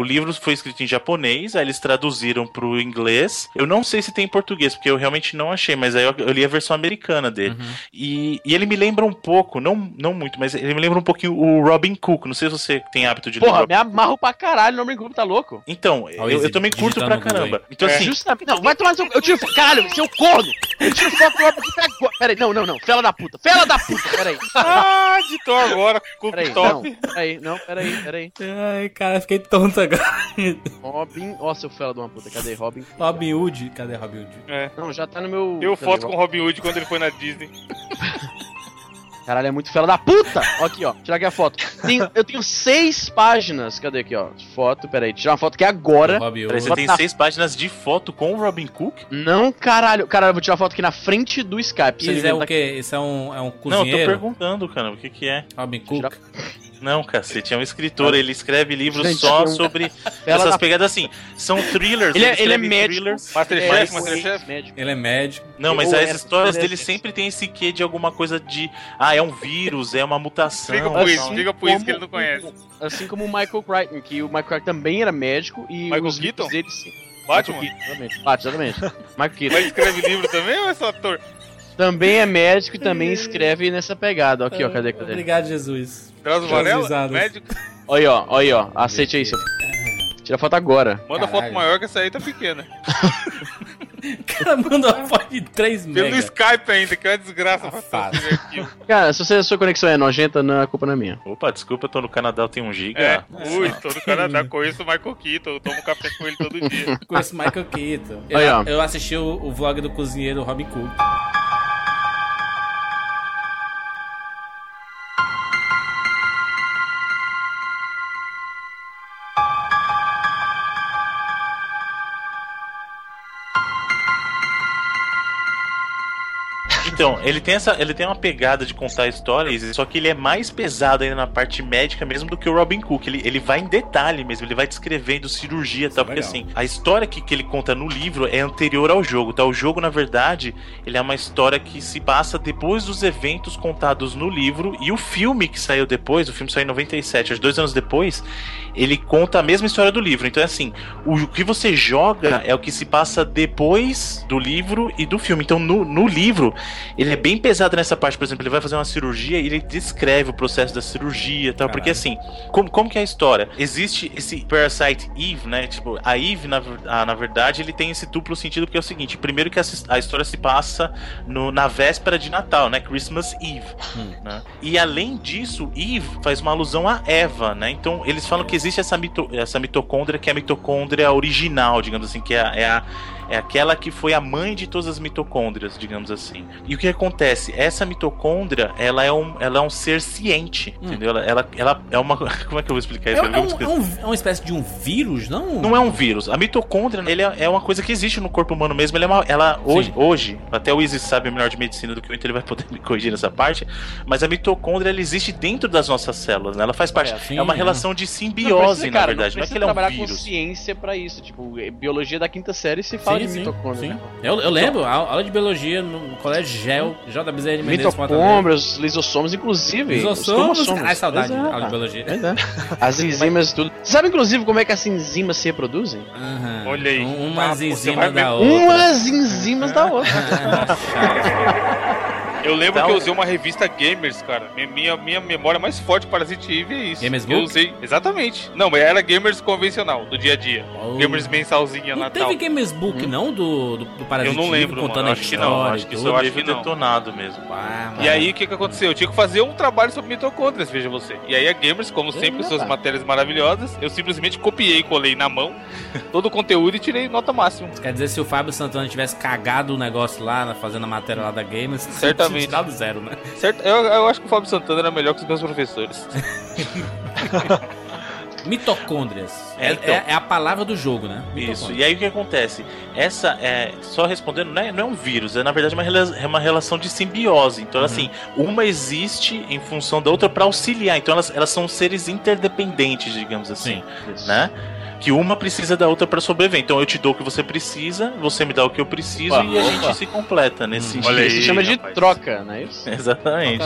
livro foi escrito em japonês, aí eles traduziram pro inglês. Eu não sei se tem em português, porque eu realmente não achei, mas aí eu, eu li a versão americana dele. Uhum. E, e ele me lembra um pouco, não, não muito, mas ele me lembra um pouquinho o Robin Cook. Não sei se você tem hábito de ler. Porra, me amarro pra caralho no Robin Cook, tá louco? Então, eu, eu também curto pra caramba. Então, é. assim. Justamente. Não, vai tomar seu. Eu tiro. Caralho, seu corno! Eu tiro foto do Robin Cook agora. Peraí, não, não, não. Fela da puta. Fela da puta, peraí. Ah, editou agora. Peraí, top. Não, peraí, não, peraí, peraí. Ai, cara, fiquei tonto agora. Robin. Ó, seu fela de uma puta. Cadê Robin? Robin Hood. Cadê Robin Hood? É. Não, já tá no meu. Eu foto com o Robin Hood quando ele foi na Disney. Caralho, é muito fela da puta! Ó aqui, ó. Tirar aqui a foto. Tenho, eu tenho seis páginas. Cadê aqui, ó? Foto, peraí. Tirar uma foto aqui agora. Peraí, você tem na... seis páginas de foto com o Robin Cook? Não, caralho. Caralho, eu vou tirar a foto aqui na frente do Skype. Isso é o quê? Isso é um, é um cozinheiro? Não, eu tô perguntando, cara. O que que é? Robin Cook? Tirar... Não, cacete, é um escritor, ele escreve livros Gente, só um... sobre essas da... pegadas assim. São thrillers. Ele, ele, ele é médico. Masterchef, Masterchef. Ele é médico. Não, mas as histórias dele sempre tem esse quê de alguma coisa de. Ah, é um vírus, é uma mutação. Explica por isso, explica por isso que ele não conhece. Assim como o Michael Crichton, que o Michael Crichton também era médico e. Michael os Keaton? Dele... Batman? Keaton, exatamente. Batman, exatamente. Michael Keaton. Mas escreve livro também ou é só ator? Também é médico e também escreve nessa pegada. Aqui, ó, cadê, cadê? Obrigado, Jesus. Drauzio Varela, médico. Olha aí, ó, olha aí, ó. Aceite aí, seu. Tira a foto agora. Manda Caralho. Foto maior que essa aí tá pequena. O cara mandou uma foto de três megas. Pelo Skype ainda, que é uma desgraça ah, pra fazer aquilo. Cara, se você, a sua conexão é nojenta, não, a culpa não é minha. Opa, desculpa, eu tô no Canadá, eu tenho um giga. É, ui, tô no Canadá, conheço o Michael Keaton, eu tomo café com ele todo dia. Conheço o Michael Keaton. Eu, aí, ó. eu assisti o, o vlog do cozinheiro Robin Cook. Então, ele tem, essa, ele tem uma pegada de contar histórias, só que ele é mais pesado ainda na parte médica mesmo do que o Robin Cook. Ele, ele vai em detalhe mesmo, ele vai descrevendo cirurgia e tal, porque assim, a história que, que ele conta no livro é anterior ao jogo, tá? O jogo, na verdade, ele é uma história que se passa depois dos eventos contados no livro, e o filme que saiu depois, o filme saiu em noventa e sete, acho dois anos depois, ele conta a mesma história do livro. Então é assim, o que você joga é o que se passa depois do livro e do filme. Então no, no livro ele é bem pesado nessa parte, por exemplo, ele vai fazer uma cirurgia e ele descreve o processo da cirurgia e tal, Caralho. Porque assim, como, como que é a história? Existe esse Parasite Eve, né, tipo, a Eve, na, a, na verdade, ele tem esse duplo sentido, porque é o seguinte, primeiro que a, a história se passa no, na véspera de Natal, né, Christmas Eve, hum. né, e além disso, Eve faz uma alusão a Eva, né, então eles falam que existe essa, mito, essa mitocôndria, que é a mitocôndria original, digamos assim, que é a, é a é aquela que foi a mãe de todas as mitocôndrias, digamos assim. E o que acontece? Essa mitocôndria, ela é um, ela é um ser ciente, hum. entendeu? Ela, ela, ela é uma... Como é que eu vou explicar isso? É, é, um, é, um, é uma espécie de um vírus, não? Não é um vírus. A mitocôndria, ele é, é uma coisa que existe no corpo humano mesmo. Ela, é uma, ela hoje, hoje, até o Izzy sabe melhor de medicina do que eu, então ele vai poder me corrigir nessa parte, mas a mitocôndria, ela existe dentro das nossas células, né? Ela faz parte... É, assim, é uma relação de simbiose, não precisa, cara, na verdade. Não, não é que ele é um vírus. Trabalhar com ciência pra isso. Tipo, biologia da quinta série se fala sim, de mitocôndria. Sim. Eu, eu lembro, a aula de biologia no colégio Gel, J da Bezerra de Menezes. Mitocôndrias, lisossomos, inclusive. Lisossomos? Ai, saudade, é, aula de biologia. É. As enzimas e tudo. Sabe, inclusive, como é que as enzimas se reproduzem? Uhum. Olha aí. Umas ah, enzimas da outra. Umas enzimas da outra. Eu lembro então, que eu usei uma revista Gamers, cara. Minha, minha memória mais forte para Parasite Eve é isso. Gamers eu Book? usei. Exatamente. Não, mas era Gamers convencional, do dia a dia. Oh. Gamers mensalzinha não Natal. Não teve Gamers Book, hum. não? Do, do, do Parasite Eu não lembro, Eve, contando mano. a Acho história. que não. Acho que isso eu acho que detonado mesmo. Ah, e aí, o que que aconteceu? Eu tinha que fazer um trabalho sobre mitocôndrias, veja você. E aí a Gamers, como sempre, com suas matérias maravilhosas, eu simplesmente copiei e colei na mão todo o conteúdo e tirei nota máxima. Quer dizer, se o Fábio Santana tivesse cagado o negócio lá, fazendo a matéria lá da Gamers, certamente. Tinha do zero, né? Certo, eu, eu acho que o Fábio Santana era melhor que os meus professores. Mitocôndrias. É, então, é, é a palavra do jogo, né? Isso. E aí o que acontece? Essa é, só respondendo, não é, não é um vírus, é na verdade uma, é uma relação de simbiose. Então, uhum. assim, uma existe em função da outra para auxiliar. Então, elas, elas são seres interdependentes, digamos assim, Sim. né? que uma precisa da outra pra sobreviver. Então eu te dou o que você precisa, você me dá o que eu preciso Opa, e a opa. gente se completa nesse Hum, sentido. olha aí, Isso se chama de rapaz. troca, não é isso? Exatamente.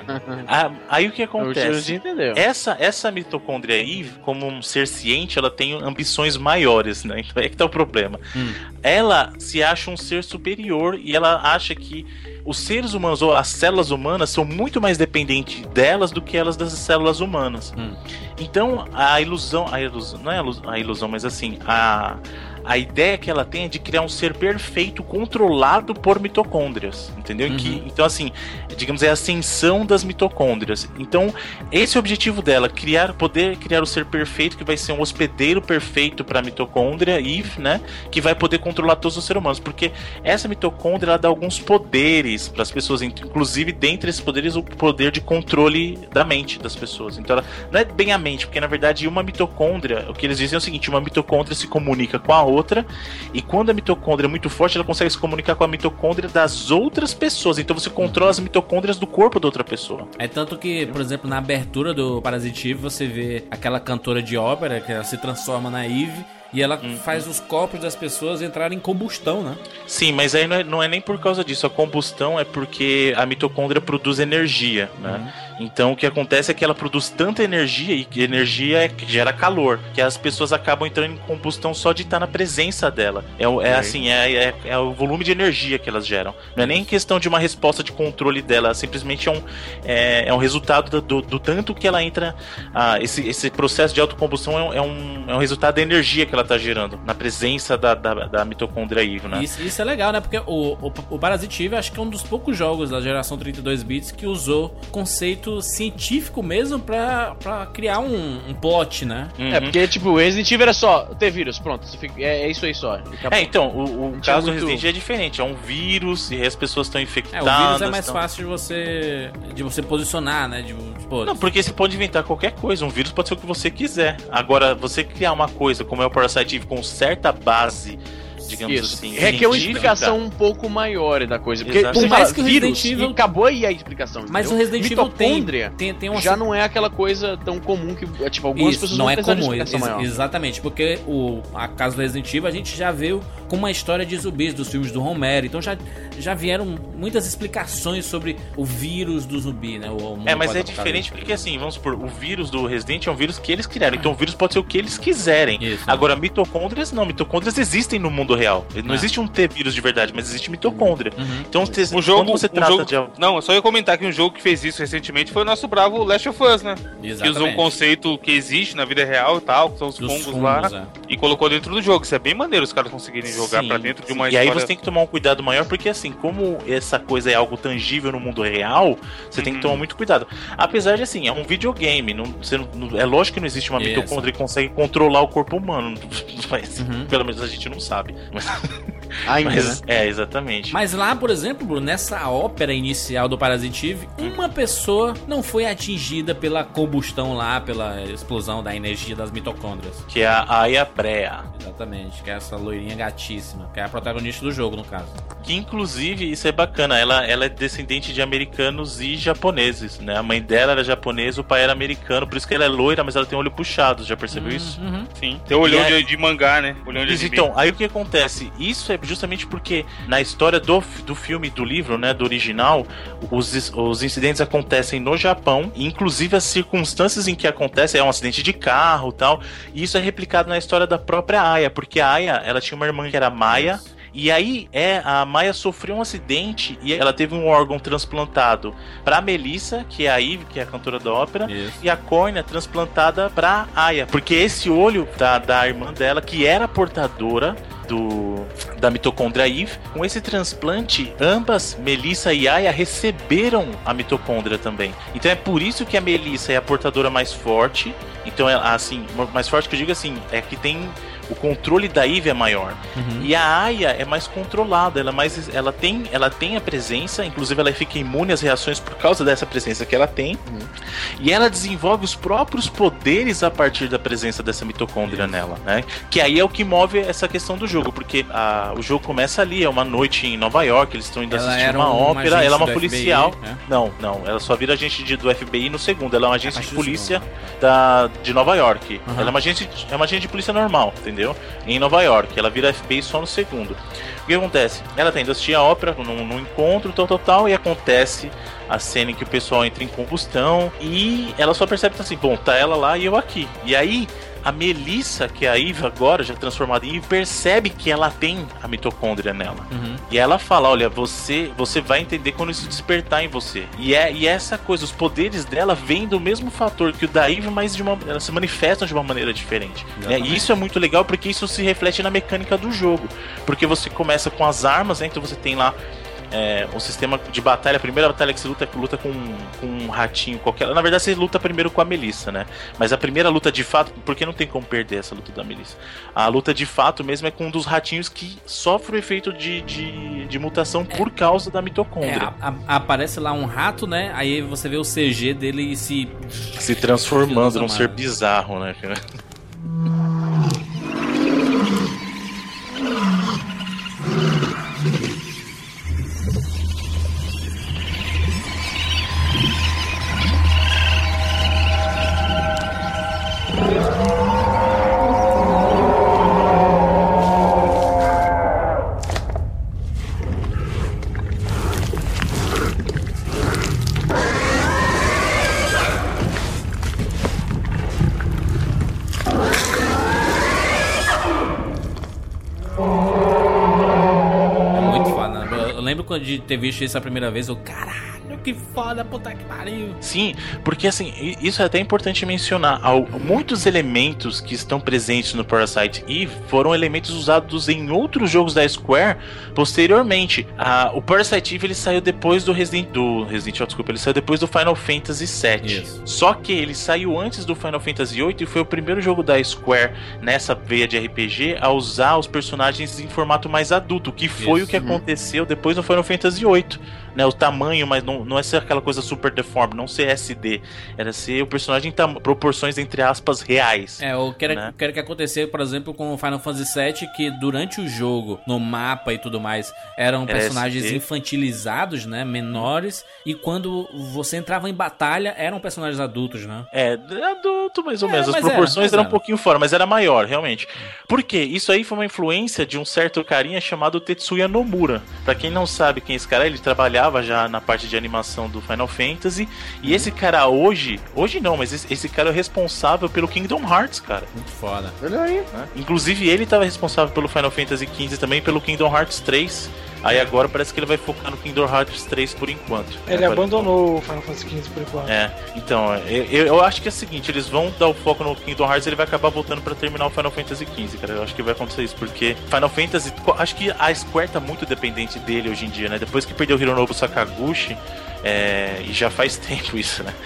Ah, aí o que O acontece? Tiozinho entendeu. Essa, essa mitocôndria aí, como um ser ciente, ela tem ambições maiores, né? Então é que tá o problema. Hum. Ela se acha um ser superior e ela acha que os seres humanos ou as células humanas são muito mais dependentes delas do que elas das células humanas. Hum. Então a ilusão, a ilusão, não é a ilusão, a ilusão, mas assim, a a ideia que ela tem é de criar um ser perfeito controlado por mitocôndrias, entendeu? Uhum. Que, então assim, digamos, é a ascensão das mitocôndrias. Então, esse é o objetivo dela, criar, poder criar o ser perfeito que vai ser um hospedeiro perfeito para a mitocôndria, Eve, né? Que vai poder controlar todos os seres humanos, porque essa mitocôndria ela dá alguns poderes para as pessoas, inclusive dentre esses poderes o poder de controle da mente das pessoas. Então, ela não é bem a mente, porque na verdade uma mitocôndria, o que eles dizem é o seguinte: uma mitocôndria se comunica com a outra, e quando a mitocôndria é muito forte, ela consegue se comunicar com a mitocôndria das outras pessoas. Então você controla as mitocôndrias do corpo da outra pessoa. É tanto que, por exemplo, na abertura do Parasite Eve, você vê aquela cantora de ópera que ela se transforma na Eve e ela Uhum. faz os corpos das pessoas entrarem em combustão, né? Sim, mas aí não é, não é nem por causa disso. A combustão é porque a mitocôndria produz energia, né? Então o que acontece é que ela produz tanta energia, e que energia é que gera calor, que as pessoas acabam entrando em combustão só de estar na presença dela. É, o- é assim, é, é, é o volume de energia que elas geram. Não é nem questão de uma resposta de controle dela, simplesmente é um, é, é um resultado do, do tanto que ela entra. Ah, esse, esse processo de autocombustão é um, é, um, é um resultado da energia que ela está gerando, na presença da, da, da mitocôndria Eve, né? Isso, isso é legal, né? Porque o, o, o Parasite Eve acho que é um dos poucos jogos da geração trinta e dois bits que usou conceito científico mesmo pra, pra criar um, um plot, né? Uhum. É, porque, tipo, o Resident Evil era só ter vírus, pronto, você fica- é, é isso aí só. Acabou. É, então, o, o Não tinha caso do muito- Resident Evil é diferente, é um vírus e as pessoas estão É, infectadas. o vírus é mais tão- fácil de você de você posicionar, né? De, pô, Não, porque você pode inventar qualquer coisa, um vírus pode ser o que você quiser. Agora, você criar uma coisa como é o Parasite Eve com certa base, digamos Isso. assim, Requer uma científica, explicação um pouco maior da coisa. Porque Exato. você Por mais fala que o vírus Resident Evil- e acabou aí a explicação. mas entendeu? o Resident Evil tem, Mitocôndria tem, tem uma já não é aquela coisa tão comum que, é, tipo, algumas Isso, pessoas não vão é precisar de comum, explicação ex- maior. exatamente, porque o a caso do Resident Evil a gente já viu com uma história de zumbis dos filmes do Romero, então já, já vieram muitas explicações sobre o vírus do zumbi, né? O, o mundo É, mas é pós-apocalíptico. diferente porque, assim, vamos supor, o vírus do Resident é um vírus que eles criaram. Então o vírus pode ser o que eles quiserem. Isso. Agora, mitocôndrias, não. Mitocôndrias existem no mundo real. Não Ah. existe um T-vírus de verdade, mas existe mitocôndria. Uhum. Então, te- Um jogo, quando você um trata jogo... de algo... Não, eu só ia comentar que um jogo que fez isso recentemente foi o nosso bravo Last of Us, né? Que usou um Exatamente. conceito que existe na vida real e tal, que são os Dos fungos, fungos, lá, é. e colocou dentro do jogo. Isso é bem maneiro os caras conseguirem jogar Sim, pra dentro de sim. uma E história. aí você tem que tomar um cuidado maior, porque assim, como essa coisa é algo tangível no mundo real, você tem que Uhum. tomar muito cuidado. Apesar de assim, é um videogame, não, você não- não- é lógico que não existe uma Isso. mitocôndria que consegue controlar o corpo humano. Mas, Uhum. pelo menos a gente não sabe. Mas, Ainda, mas- né? é, exatamente. Mas lá, por exemplo, Bruno, nessa ópera inicial do Parasite Eve, uma pessoa não foi atingida pela combustão lá, pela explosão da energia das mitocôndrias. Que é a Aya Brea. Exatamente, que é essa loirinha gatíssima, que é a protagonista do jogo, no caso. Que inclusive, isso é bacana, ela, ela é descendente de americanos e japoneses, né? A mãe dela era japonesa, o pai era americano, por isso que ela é loira, mas ela tem olho puxado, já percebeu isso? Uhum. Sim. Tem o olhão E aí- de, de mangá, né? Olhão de Isso, anime. então, aí o que acontece? Isso é justamente porque na história do, do filme, do livro, né, do original, os, os incidentes acontecem no Japão, e inclusive as circunstâncias em que acontece é um acidente de carro e tal, e isso é replicado na história da própria Aya, porque a Aya, ela tinha uma irmã que era Maya, e aí é, a Maya sofreu um acidente e ela teve um órgão transplantado pra Melissa, que é a Eve, que é a cantora da ópera, Isso. e a córnea transplantada pra Aya, porque esse olho da, da irmã dela, que era portadora do, da mitocôndria Eve, com esse transplante, ambas, Melissa e Aya, receberam a mitocôndria também. Então é por isso que a Melissa é a portadora mais forte. Então, é assim, mais forte que eu digo assim, é que tem O controle da Eve é maior. Uhum. E a Aya é mais controlada, ela, é mais, ela, tem, ela tem a presença, inclusive ela fica imune às reações por causa dessa presença que ela tem. Uhum. E ela desenvolve os próprios poderes a partir da presença dessa mitocôndria nela, né? Que aí é o que move essa questão do jogo, porque a, o jogo começa ali, é uma noite em Nova York, eles estão indo ela assistir uma um, ópera, uma ela é uma policial. F B I, né? Não, não, ela só vira agente de, do F B I no segundo, ela é uma agência de polícia da, de Nova York. Uhum. Ela é uma, agente, é uma agente de polícia normal, entendeu? Em Nova York, ela vira F B I só no segundo. O que acontece? Ela tá indo assistir a ópera num, num encontro, tal, tal, tal, e acontece a cena em que o pessoal entra em combustão e ela só percebe que assim, bom, tá ela lá e eu aqui. E aí a Melissa, que é a Eve agora, já transformada em Eve, percebe que ela tem a mitocôndria nela. Uhum. E ela fala, olha, você, você vai entender quando isso despertar em você. E, é, e essa coisa, os poderes dela vêm do mesmo fator que o da Eve, mas de uma, elas se manifestam de uma maneira diferente. Né? E isso é muito legal porque isso se reflete na mecânica do jogo. Porque você começa com as armas, né? Então você tem lá É, um sistema de batalha. A primeira batalha que você luta, luta com, com um ratinho qualquer. Na verdade você luta primeiro com a Melissa, né? Mas a primeira luta de fato, porque não tem como perder essa luta da Melissa. A luta de fato mesmo é com um dos ratinhos que sofre o efeito de, de, de mutação é, por causa da mitocôndria. É, a, a, aparece lá um rato, né? Aí você vê o C G dele se se transformando num ser bizarro, né? de ter visto isso a primeira vez, eu, caralho, que foda, puta que pariu. Sim, porque assim, isso é até importante mencionar. Muitos elementos que estão presentes no Parasite Eve foram elementos usados em outros jogos da Square posteriormente. Ah, o Parasite Eve ele saiu depois do Resident, do Resident Evil, desculpa, ele saiu depois do Final Fantasy sete. Isso. Só que ele saiu antes do Final Fantasy oito e foi o primeiro jogo da Square nessa veia de R P G a usar os personagens em formato mais adulto, que foi Isso. o que aconteceu depois no Final Fantasy oito. Né, o tamanho, mas não, não é ser aquela coisa super deforme, não ser S D, era ser o personagem em tam- proporções entre aspas reais. É, eu quero, né? quero que acontecesse, por exemplo, com o Final Fantasy sete, que durante o jogo, no mapa e tudo mais, eram era personagens S D. Infantilizados, né, menores, e quando você entrava em batalha, eram personagens adultos, né? É, adulto mais ou é, menos, as proporções era, eram um pouquinho fora, mas era maior, realmente. Por quê? Isso aí foi uma influência de um certo carinha chamado Tetsuya Nomura. Pra quem não sabe quem é esse cara, ele trabalhava já na parte de animação do Final Fantasy, e esse cara hoje, hoje não, mas esse, esse cara é o responsável pelo Kingdom Hearts, cara. Muito foda. Olha aí. Né? Inclusive ele estava responsável pelo Final Fantasy quinze também, pelo Kingdom Hearts três. Aí agora parece que ele vai focar no Kingdom Hearts três por enquanto. Ele agora abandonou o Final Fantasy quinze por enquanto. É, então, eu, eu acho que é o seguinte, eles vão dar o foco no Kingdom Hearts e ele vai acabar voltando pra terminar o Final Fantasy quinze, cara. Eu acho que vai acontecer isso, porque Final Fantasy, acho que a Square tá muito dependente dele hoje em dia, né? Depois que perdeu o Hironobu Sakaguchi, é, e já faz tempo isso, né?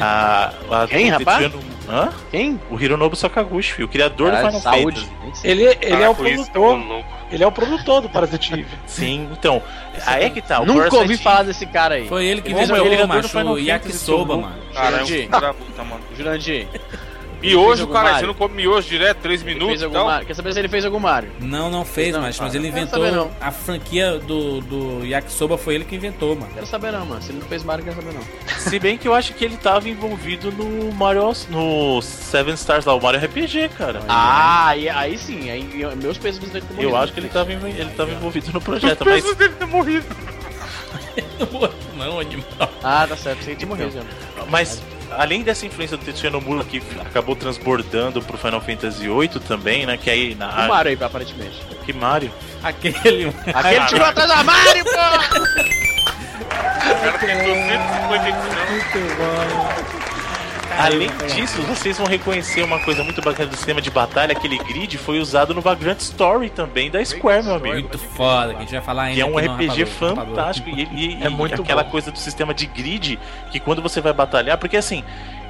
A, a Quem, rapaz? Hã? Quem? O Hironobu Sakaguchi, filho, o criador ah, do Final saúde. Fantasy. Ele, ele é o produtor. Ele é o produtor do Parasite Eve. Sim, então, aí é que tá. O Nunca Parasite ouvi falar desse cara aí. Foi ele que Como fez é o ele jogo, do macho, Final o Yakisoba, mano. Caramba, Jurandir. da puta, mano. Jurandir. Miojo, cara, você não come miojo direto, três minutos e tal? Quer saber se ele fez algum Mario? Não, não fez, não, mas, cara, mas ele inventou saber, a franquia do, do Yakisoba, foi ele que inventou, mano. Quero saber não, mano. Se ele não fez Mario, quero saber não. Se bem que eu acho que ele tava envolvido no Mario, no Seven Stars lá, o Mario R P G, cara. Ah, aí, aí sim, aí meus pesos dele ter morrido. Eu acho que ele tava, ele tava envolvido no projeto, Os pesos mas... dele ter morrido. Não, animal. Ah, tá certo, você tinha morrido já. Mas... além dessa influência do Tetsuya Nomura que acabou transbordando pro Final Fantasy oito também, né? Que aí na o Mario aí, aparentemente. Que Mario? Aquele. Aquele tirou atrás da Mario, pô! O cara tem duzentos e cinquenta e cinco. Além disso, vocês vão reconhecer uma coisa muito bacana do sistema de batalha, aquele grid foi usado no Vagrant Story também da Square, meu amigo. Muito foda, que a gente vai falar ainda. Que é um R P G rapador, fantástico rapador. e, e, é muito aquela bom. coisa do sistema de grid que quando você vai batalhar, porque assim,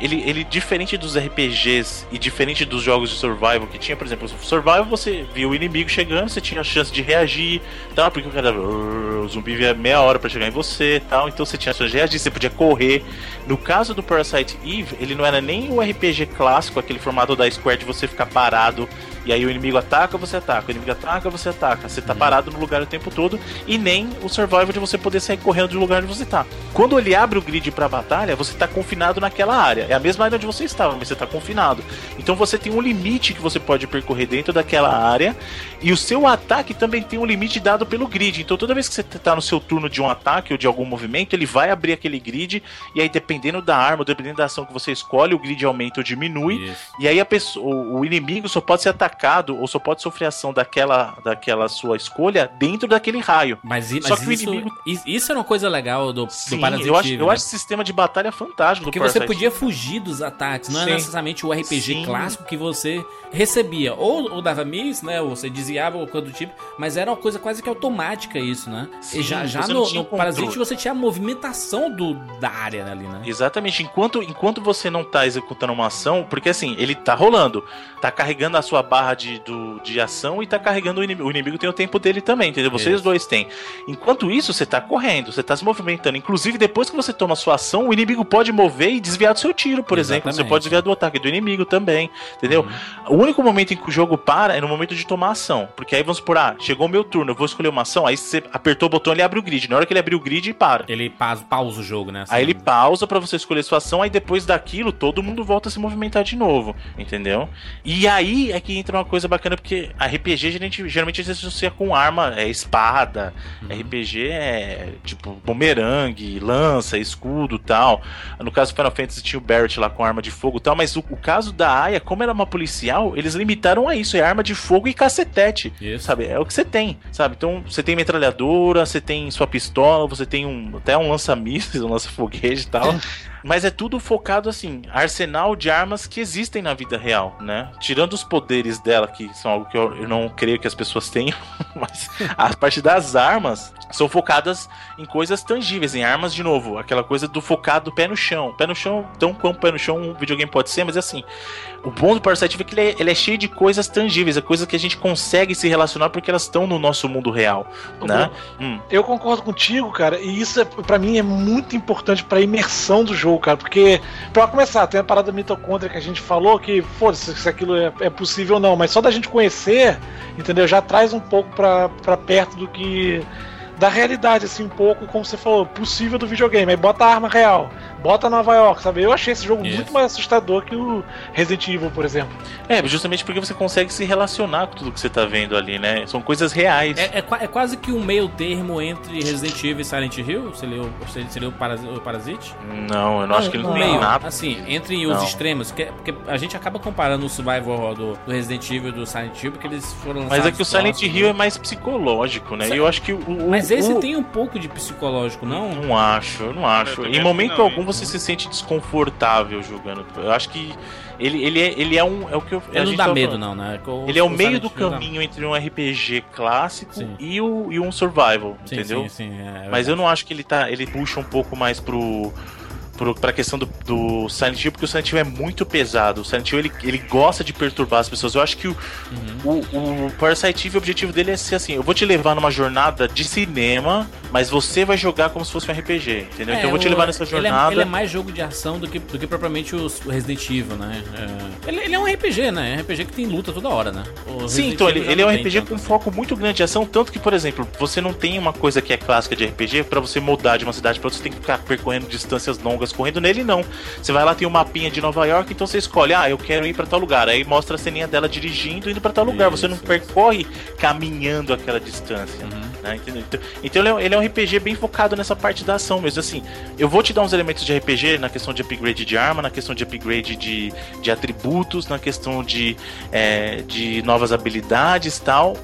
ele, ele diferente dos R P Gs e diferente dos jogos de survival que tinha, por exemplo, survival você via o inimigo chegando, você tinha a chance de reagir, tal, porque o cara o zumbi via meia hora pra chegar em você, tal, então você tinha a chance de reagir, você podia correr. No caso do Parasite Eve, ele não era nem o R P G clássico, aquele formato da Square de você ficar parado e aí o inimigo ataca, você ataca, o inimigo ataca, você ataca, você tá parado no lugar o tempo todo, e nem o survival de você poder sair correndo do lugar onde você tá. Quando ele abre o grid pra batalha, você tá confinado naquela área. É a mesma área onde você estava, mas você tá confinado. Então você tem um limite que você pode percorrer dentro daquela área, e o seu ataque também tem um limite dado pelo grid. Então toda vez que você tá no seu turno de um ataque ou de algum movimento, ele vai abrir aquele grid, e aí dependendo da arma, dependendo da ação que você escolhe, o grid aumenta ou diminui. Isso. E aí a pessoa, o inimigo só pode ser atacado ou só pode sofrer ação daquela, daquela sua escolha dentro daquele raio. Mas, mas só que isso, o inimigo... isso era uma coisa legal do, Sim, do Parasite eu acho, Eve, eu né? acho esse sistema de batalha fantástico. Porque do você Parasite. podia fugir dos ataques, não Sim. é necessariamente o R P G Sim. clássico que você recebia. Ou, ou dava miss, né? Ou você desviava ou coisa do tipo, mas era uma coisa quase que automática isso, né? Sim, e já já você não no, tinha no controle. Parasite você tinha a movimentação do, da área ali, né? Exatamente, enquanto, enquanto você não tá executando uma ação, porque assim, ele tá rolando, tá carregando a sua barra de, do, de ação e tá carregando o inimigo. O inimigo tem o tempo dele também, entendeu? Vocês Isso. dois têm. Enquanto isso, você tá correndo, você tá se movimentando. Inclusive, depois que você toma a sua ação, o inimigo pode mover e desviar do seu tiro, por Exatamente. exemplo. Você pode desviar do ataque do inimigo também, entendeu? Uhum. O único momento em que o jogo para é no momento de tomar ação. Porque aí vamos supor, ah, chegou o meu turno, eu vou escolher uma ação, aí você apertou o botão, ele abre o grid. Na hora que ele abrir o grid, para. Ele pausa, pausa o jogo, né? Assim, aí ele pausa pra você escolher sua ação, aí depois daquilo, todo mundo volta a se movimentar de novo, entendeu? E aí é que entra uma coisa bacana, porque a R P G geralmente, geralmente a gente associa com arma, é espada, uhum. R P G é tipo bumerangue, lança, escudo e tal. No caso do Final Fantasy tinha o Barrett lá com arma de fogo e tal, mas o, o caso da Aya, como ela é uma policial, eles limitaram a isso, é arma de fogo e cacetete, isso. Sabe? É o que você tem, sabe? Então você tem metralhadora, você tem sua pistola, você tem um, até um lança-mísseis, um lança-foguete e tal. Mas é tudo focado, assim, arsenal de armas que existem na vida real, né? Tirando os poderes dela, que são algo que eu, eu não creio que as pessoas tenham, mas a parte das armas são focadas em coisas tangíveis, em armas, de novo, aquela coisa do focado pé no chão. Pé no chão, tão quanto pé no chão um videogame pode ser, mas assim, o bom do Parasite é que ele é, ele é cheio de coisas tangíveis, é coisas que a gente consegue se relacionar porque elas estão no nosso mundo real, né? Hum. Eu concordo contigo, cara, e isso é, pra mim é muito importante pra imersão do jogo, cara, porque, pra começar, tem a parada mitocôndria que a gente falou, que foda-se se aquilo é, é possível ou não, mas só da gente conhecer, entendeu, já traz um pouco pra, pra perto do que... da realidade, assim, um pouco, como você falou, possível do videogame. Aí bota a arma real, bota Nova York, sabe? Eu achei esse jogo Isso. muito mais assustador que o Resident Evil, por exemplo. É, justamente porque você consegue se relacionar com tudo que você tá vendo ali, né? São coisas reais. É, é, é quase que um meio termo entre Resident Evil e Silent Hill. Você leu, você, você leu o Parasite? Não, eu não acho que ele não tem meio, nada. Assim, entre os não. extremos, porque, porque a gente acaba comparando o survival do, do Resident Evil e do Silent Hill, porque eles foram lançados. Mas é que o Silent próximos, Hill né? é mais psicológico, né? E eu acho que o, o Mas esse o... tem um pouco de psicológico, não? Não acho, eu não acho. Eu Em momento não, algum hein? você se sente desconfortável jogando. Eu acho que ele, ele, é, ele é um. É o que eu, a Ele não gente dá tava medo, falando. não, né? O, Ele é o, o meio Silent do Hill dá- caminho entre um R P G clássico Sim. e, o, e um survival, Sim, entendeu? sim, sim, é Mas eu não acho que ele tá. Ele puxa um pouco mais pro. pro pra questão do, do Silent Hill, porque o Silent Hill é muito pesado. O Silent Hill ele, ele gosta de perturbar as pessoas. Eu acho que o, Uhum. o, o Parasite Eve, o objetivo dele é ser assim: eu vou te levar numa jornada de cinema, mas você vai jogar como se fosse um R P G, entendeu? É, então eu vou te o- levar nessa ele é- jornada. Ele é, mais jogo de ação do que, do que propriamente os- o Resident Evil, né? É, ele, ele é um R P G, né? É um R P G que tem luta toda hora, né? O Sim, Resident então ele, Evil já ele é um não R tem P G tanto com assim. foco muito grande de ação, tanto que, por exemplo, você não tem uma coisa que é clássica de R P G, pra você mudar de uma cidade pra outra, você tem que ficar percorrendo distâncias longas, correndo nele, não. Você vai lá, tem um mapinha de Nova York, então você escolhe, ah, eu quero ir pra tal lugar, aí mostra a ceninha dela dirigindo, indo pra tal lugar, você não Isso. percorre caminhando aquela distância, Uhum. né, entendeu? Então, então ele, é, ele é um R P G bem focado nessa parte da ação mesmo, assim, eu vou te dar uns elementos de R P G na questão de upgrade de arma, na questão de upgrade de, de atributos, na questão de, é, de novas habilidades e tal,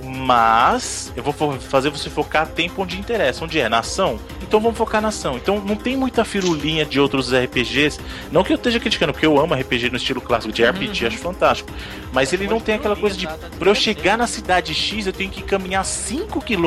mas eu vou fo- fazer você focar tempo onde interessa, onde é, na ação, então vamos focar na ação, então não tem muita firulinha de outros R P Gs, não que eu esteja criticando, porque eu amo R P G no estilo clássico de R P G, acho fantástico, mas ele não tem aquela coisa de, pra eu chegar na cidade X, eu tenho que caminhar cinco quilômetros,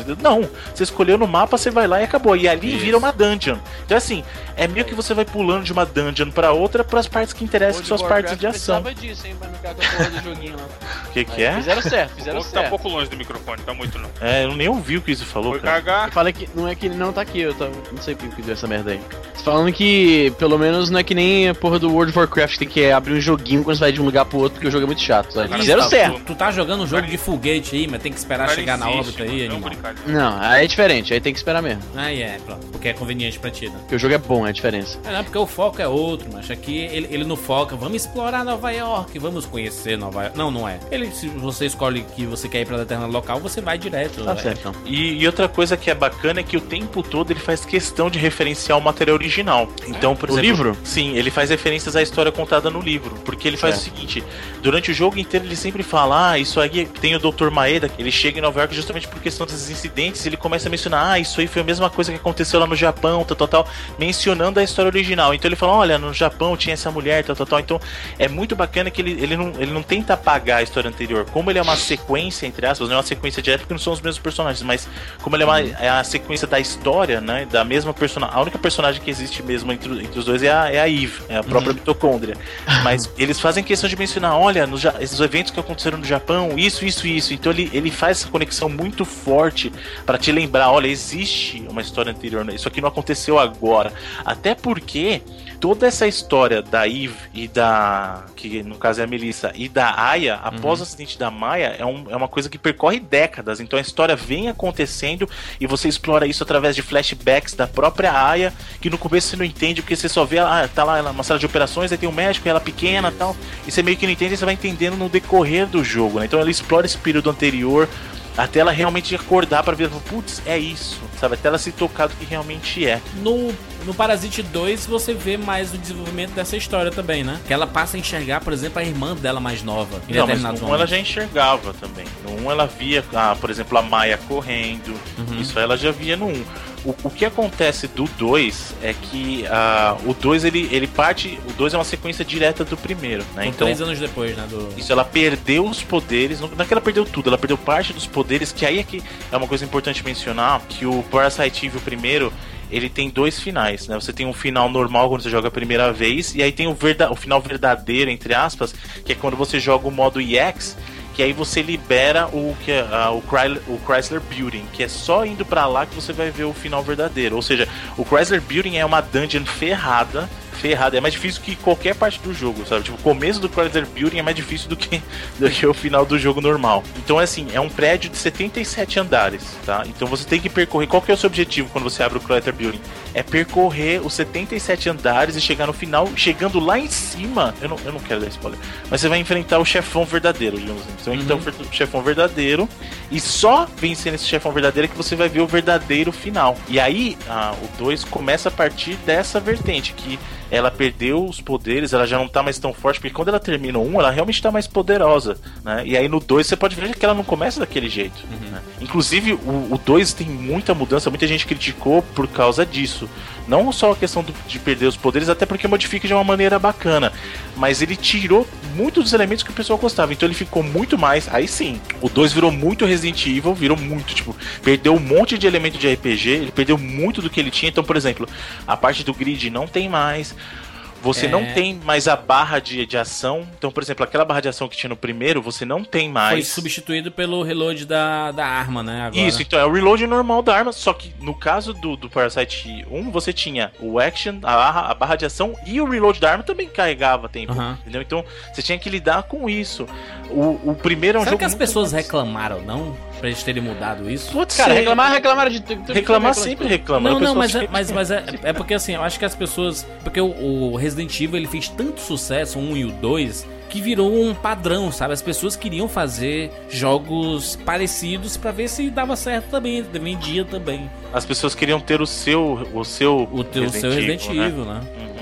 Não, você escolheu no mapa, você vai lá e acabou. E ali Isso. vira uma dungeon. Então assim, é meio que você vai pulando de uma dungeon pra outra pras partes que interessam, que são as partes de ação. Disso, hein, pra não ficar com a porra do joguinho lá. O que que é? Fizeram certo, O fizeram outro tá um certo. pouco longe do microfone, tá muito não. É, eu nem ouvi o que isso falou, Foi cara. cagar. Eu falei que não é que não tá aqui, eu tava, não sei por que deu essa merda aí. Você falando que, pelo menos, não é que nem a porra do World of Warcraft, tem que abrir um joguinho quando você vai de um lugar pro outro, porque o jogo é muito chato, sabe? Cara, Fizeram tá certo. tudo. Tu tá jogando um jogo de foguete aí, mas tem que esperar Cara, chegar na insiste, órbita aí, mano, é um animal. brincadeira. Não, aí é diferente, aí tem que esperar mesmo. Aí é, pronto. Porque é conveniente pra ti, né? Porque o jogo é bom, é a diferença. É, não, porque o foco é outro, mas aqui ele, ele não foca, vamos explorar Nova York, vamos conhecer Nova York. Não, não é. Ele, se você escolhe que você quer ir pra determinado local, você vai direto. Tá é. certo, então. E, e outra coisa que é bacana é que o tempo todo ele faz questão de referenciar o material original. Então, por O exemplo, livro? Sim, ele faz referências à história contada no livro. Porque ele faz Certo. o seguinte: durante o jogo inteiro ele sempre fala, ah, isso aí tem o doutor Maeda, ele chega em Nova York justamente por questão desses incidentes, e ele começa a mencionar, ah, isso aí foi a mesma coisa que aconteceu lá no Japão, tal, tal, tal, mencionando a história original. Então ele fala, olha, no Japão tinha essa mulher, tal, tal, tal. Então é muito bacana que ele, ele, não, ele não tenta apagar a história anterior. Como ele é uma sequência, entre aspas, não é uma sequência direta porque não são os mesmos personagens, mas como ele é, uma, é a sequência da história, né, da mesma personagem, a única personagem que existe mesmo entre, entre os dois é a, é a Eve, é a própria mitocôndria. Mas eles fazem questão de mencionar, olha, no, Ja- esses eventos que aconteceram no Japão, isso, isso, isso. Então ele, ele faz essa conexão muito forte pra te lembrar, olha, existe uma história anterior, né? Isso aqui não aconteceu agora. Até porque toda essa história da Eve e da, que no caso é a Melissa, e da Aya, após o acidente da Maya, é, um, é uma coisa que percorre décadas. Então a história vem acontecendo e você explora isso através de flashbacks da própria Aya, que no começo você não entende, porque você só vê ela, ah, tá lá numa sala de operações, aí tem um médico, ela pequena e tal, e você meio que não entende, e você vai entendendo no decorrer do jogo, né? Então ela explora esse período anterior até ela realmente acordar pra ver, putz, é isso, sabe? Até ela se tocar do que realmente é. No, no Parasite dois você vê mais o desenvolvimento dessa história também, né? Que ela passa a enxergar, por exemplo, a irmã dela mais nova. Em Não, mas determinados no um ela momentos. já enxergava também. No um ela via, ah, por exemplo, a Maya correndo. Uhum. Isso ela já via no um. O, o que acontece do dois é que ah, o dois ele, ele parte. O dois é uma sequência direta do primeiro, né? São Então, três anos depois, né? Do... isso, ela perdeu os poderes. Não, não é que ela perdeu tudo, ela perdeu parte dos poderes. Que aí é que é uma coisa importante mencionar: que o Parasite Eve, o primeiro, ele tem dois finais, né? Você tem um final normal quando você joga a primeira vez, e aí tem o, verda- o final verdadeiro, entre aspas, que é quando você joga o modo E X, que aí você libera o, que é, ah, o, Chrysler, o Chrysler Building, que é só indo pra lá que você vai ver o final verdadeiro. Ou seja, o Chrysler Building é uma dungeon ferrada, ferrada, é mais difícil que qualquer parte do jogo, sabe? Tipo, o começo do Chrysler Building é mais difícil do que, do que o final do jogo normal. Então é assim, é um prédio de setenta e sete andares, tá? Então você tem que percorrer, qual que é o seu objetivo quando você abre o Chrysler Building? É percorrer os setenta e sete andares e chegar no final, chegando lá em cima, eu não, eu não quero dar spoiler, mas você vai enfrentar o chefão verdadeiro, digamos assim. Você vai enfrentar o chefão verdadeiro, e só vencendo esse chefão verdadeiro é que você vai ver o verdadeiro final. E aí, ah, o dois começa a partir dessa vertente, que ela perdeu os poderes, ela já não tá mais tão forte, porque quando ela termina o um, ela realmente tá mais poderosa, né? E aí no dois você pode ver que ela não começa daquele jeito, né? Inclusive o dois tem muita mudança, muita gente criticou por causa disso. Não só a questão do, de perder os poderes, até porque modifica de uma maneira bacana, mas ele tirou muitos dos elementos que o pessoal gostava, então ele ficou muito mais, aí sim, o dois virou muito Resident Evil, virou muito, tipo, perdeu um monte de elemento de R P G, ele perdeu muito do que ele tinha. Então, por exemplo, a parte do grid não tem mais, você É. não tem mais a barra de, de ação. Então, por exemplo, aquela barra de ação que tinha no primeiro, você não tem mais. Foi substituído pelo reload da, da arma, né? Agora. Isso, então é o reload normal da arma, só que no caso do, do Parasite um, você tinha o action, a barra, a barra de ação e o reload da arma também carregava tempo, Uhum. entendeu? Então você tinha que lidar com isso. O, o primeiro é um Será jogo que as muito pessoas mais- reclamaram, não? Pra eles terem mudado isso? Pode Cara, ser. reclamar, reclamaram de tudo. Reclamar sempre reclama. Não, a não, pessoa mas, é, sempre- mas, mas é, é porque assim, eu acho que as pessoas. Porque o, o Resident Evil ele fez tanto sucesso, o um e o dois, que virou um padrão, sabe? As pessoas queriam fazer jogos parecidos pra ver se dava certo também, vendia também. As pessoas queriam ter o seu, o seu O teu seu Resident né? Evil, né? Uhum.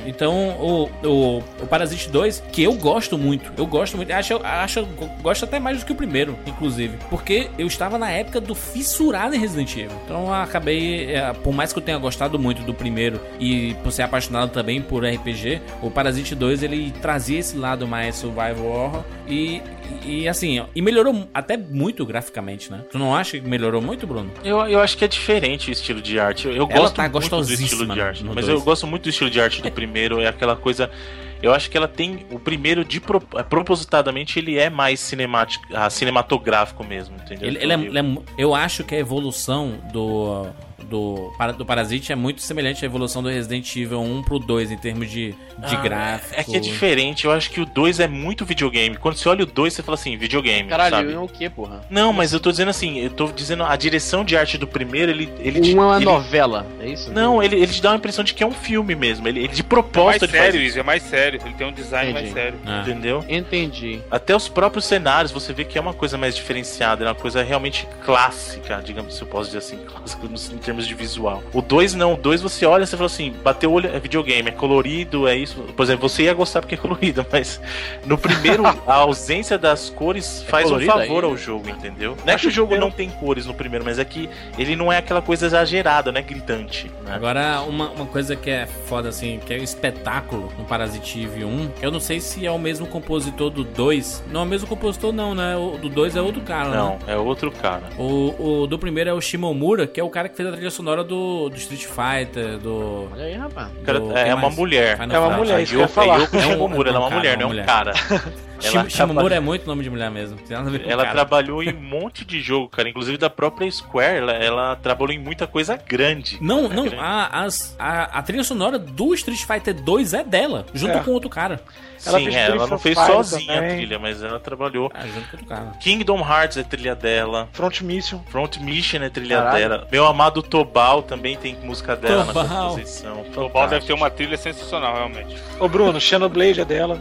Então, o, o, o Parasite dois, que eu gosto muito, eu gosto muito, acho, acho, gosto até mais do que o primeiro, inclusive, porque eu estava na época do fissurado em Resident Evil. Então, eu acabei, é, por mais que eu tenha gostado muito do primeiro e por ser apaixonado também por R P G, o Parasite dois, ele trazia esse lado mais survival horror e, e, e assim, e melhorou até muito graficamente, né? Tu não acha que melhorou muito, Bruno? Eu, eu acho que é diferente o estilo de arte. Eu, eu Ela gosto tá muito do estilo de arte, mas eu gosto muito do estilo de arte do primeiro. É aquela coisa. Eu acho que ela tem o primeiro de pro, propositadamente ele é mais cinemático, ah, cinematográfico mesmo, entendeu? Ele, ele é, ele é, eu acho que a evolução do do, do Parasite é muito semelhante à evolução do Resident Evil um pro dois em termos de, de ah, gráfico. É que é diferente, eu acho que o dois é muito videogame. Quando você olha o dois, você fala assim, videogame. Caralho, sabe? é o que, porra? Não, mas eu tô dizendo assim, eu tô dizendo a direção de arte do primeiro, ele. ele um é uma ele, novela, é isso? Não, ele, ele te dá uma impressão de que é um filme mesmo. Ele, ele de É propósito mais ele faz sério isso, é mais sério. Ele tem um design Entendi. mais sério. Ah. Entendeu? Entendi. Até os próprios cenários, você vê que é uma coisa mais diferenciada, é uma coisa realmente clássica, digamos, se eu posso dizer assim, clássica em termos de visual. O dois não, o dois você olha e você fala assim, bateu o olho, é videogame, é colorido, é isso. Por exemplo, você ia gostar porque é colorido, mas no primeiro, a ausência das cores É faz um colorido favor aí? ao jogo, entendeu? Não é que o jogo não tem cores no primeiro, mas é que ele não é aquela coisa exagerada, não é gritante, né? Agora, uma, uma coisa que é foda, assim, que é o espetáculo no Parasite Eve um, eu não sei se é o mesmo compositor do dois. Não é o mesmo compositor, não, né? O do dois é outro cara, Não, né? é outro cara. O, o do primeiro é o Shimomura, que é o cara que fez a trilha sonora do, do Street Fighter, do... Olha aí, rapaz. Cara, do- é quem uma mais? mulher. Final É uma Fight. mulher, A isso que eu ia Yoko, é falar. Yoko Shimomura, ela é uma mulher, não é um cara. Shim- Shimomura traba- é muito nome de mulher mesmo. Tem nada a ver com Ela cara. trabalhou em um monte de jogo, cara. Inclusive da própria Square, ela, ela trabalhou em muita coisa grande. Não, É não, grande. a, as- a, a trilha sonora do Street Fighter dois é dela, junto É. com outro cara. Ela Sim, fez é, ela Street não fez Fighter sozinha também. a trilha, mas ela trabalhou. Ah, junto com outro cara. Kingdom Hearts é trilha dela. Front Mission. Front Mission é trilha Caralho. dela. Meu amado Tobal também tem música dela Tobal. na composição. O Ball deve ter uma trilha sensacional, realmente. Ô Bruno, Xenoblade é dela.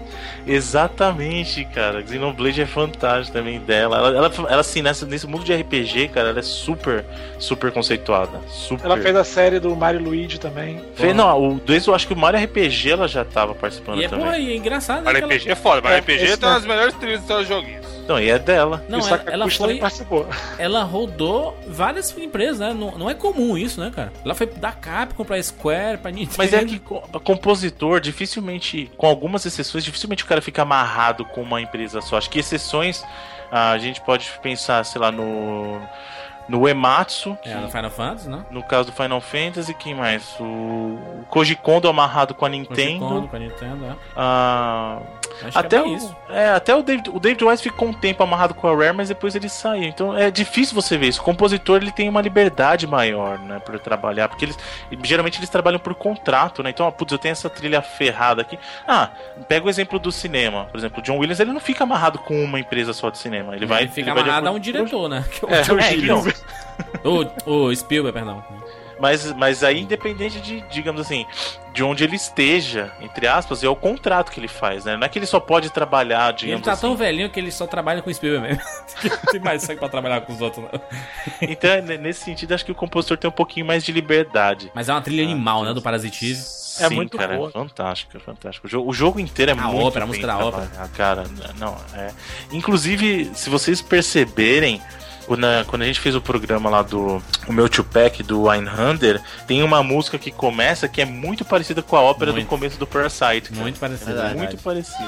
Exatamente, cara. Xenoblade é fantástico também dela. Ela, ela, ela assim, nessa, nesse mundo de R P G, cara, ela é super, super conceituada. Super. Ela fez a série do Mario e Luigi também. Fe- Não, o dois eu acho que o Mario R P G ela já tava participando E é, também. porra, e é engraçado, né? Mas que R P G ela- é foda, mas É, R P G esse tem não. uma das melhores trilhas dos seus joguinhos. Não, e é dela. Não, e o ela, Sakaguchi ela também foi. participou. Ela rodou várias empresas, né? Não, não é comum isso, né, cara? Ela foi da Capcom pra Square, pra Nintendo. Mas é que co- compositor, dificilmente, com algumas exceções, dificilmente o cara fica amarrado com uma empresa só. Acho que exceções, ah, a gente pode pensar, sei lá, no no Uematsu, que, É, no Final Fantasy, né? no caso do Final Fantasy, quem mais? O, o Koji Kondo amarrado com a Nintendo. Com, com a Nintendo, é. Ah, Acho até que é bem o, isso. é, até o David, o David Wise ficou um tempo amarrado com a Rare, mas depois ele saiu. Então é difícil você ver isso. O compositor ele tem uma liberdade maior, né, para trabalhar, porque eles geralmente eles trabalham por contrato, né? Então, ah, putz, eu tenho essa trilha ferrada aqui. Ah, pega o exemplo do cinema, por exemplo, o John Williams, ele não fica amarrado com uma empresa só de cinema. Ele vai Ele fica ele vai de amarrado a acordo- um diretor, né? Que é o É, George É, então, Lucas. o, o Spielberg, perdão. Mas, mas aí, independente de, digamos assim, de onde ele esteja, entre aspas, é o contrato que ele faz, né? Não é que ele só pode trabalhar, E ele digamos tá assim. tão velhinho que ele só trabalha com o Spielberg mesmo. Não tem mais sangue pra trabalhar com os outros, não. Então, n- nesse sentido, acho que o compositor tem um pouquinho mais de liberdade. Mas é uma trilha animal, né? Do Parasite Eve. É Sim, muito cara, boa. é fantástico, é fantástico. O jogo, o jogo inteiro é A muito ópera, a bem música da ópera. trabalhado, cara. Não, é. Inclusive, se vocês perceberem, quando a, quando a gente fez o programa lá do o meu Tupac do Einhander, tem uma música que começa que é muito parecida com a ópera Muito. do começo do Parasite. cara. Muito parecido. É verdade. Muito parecida.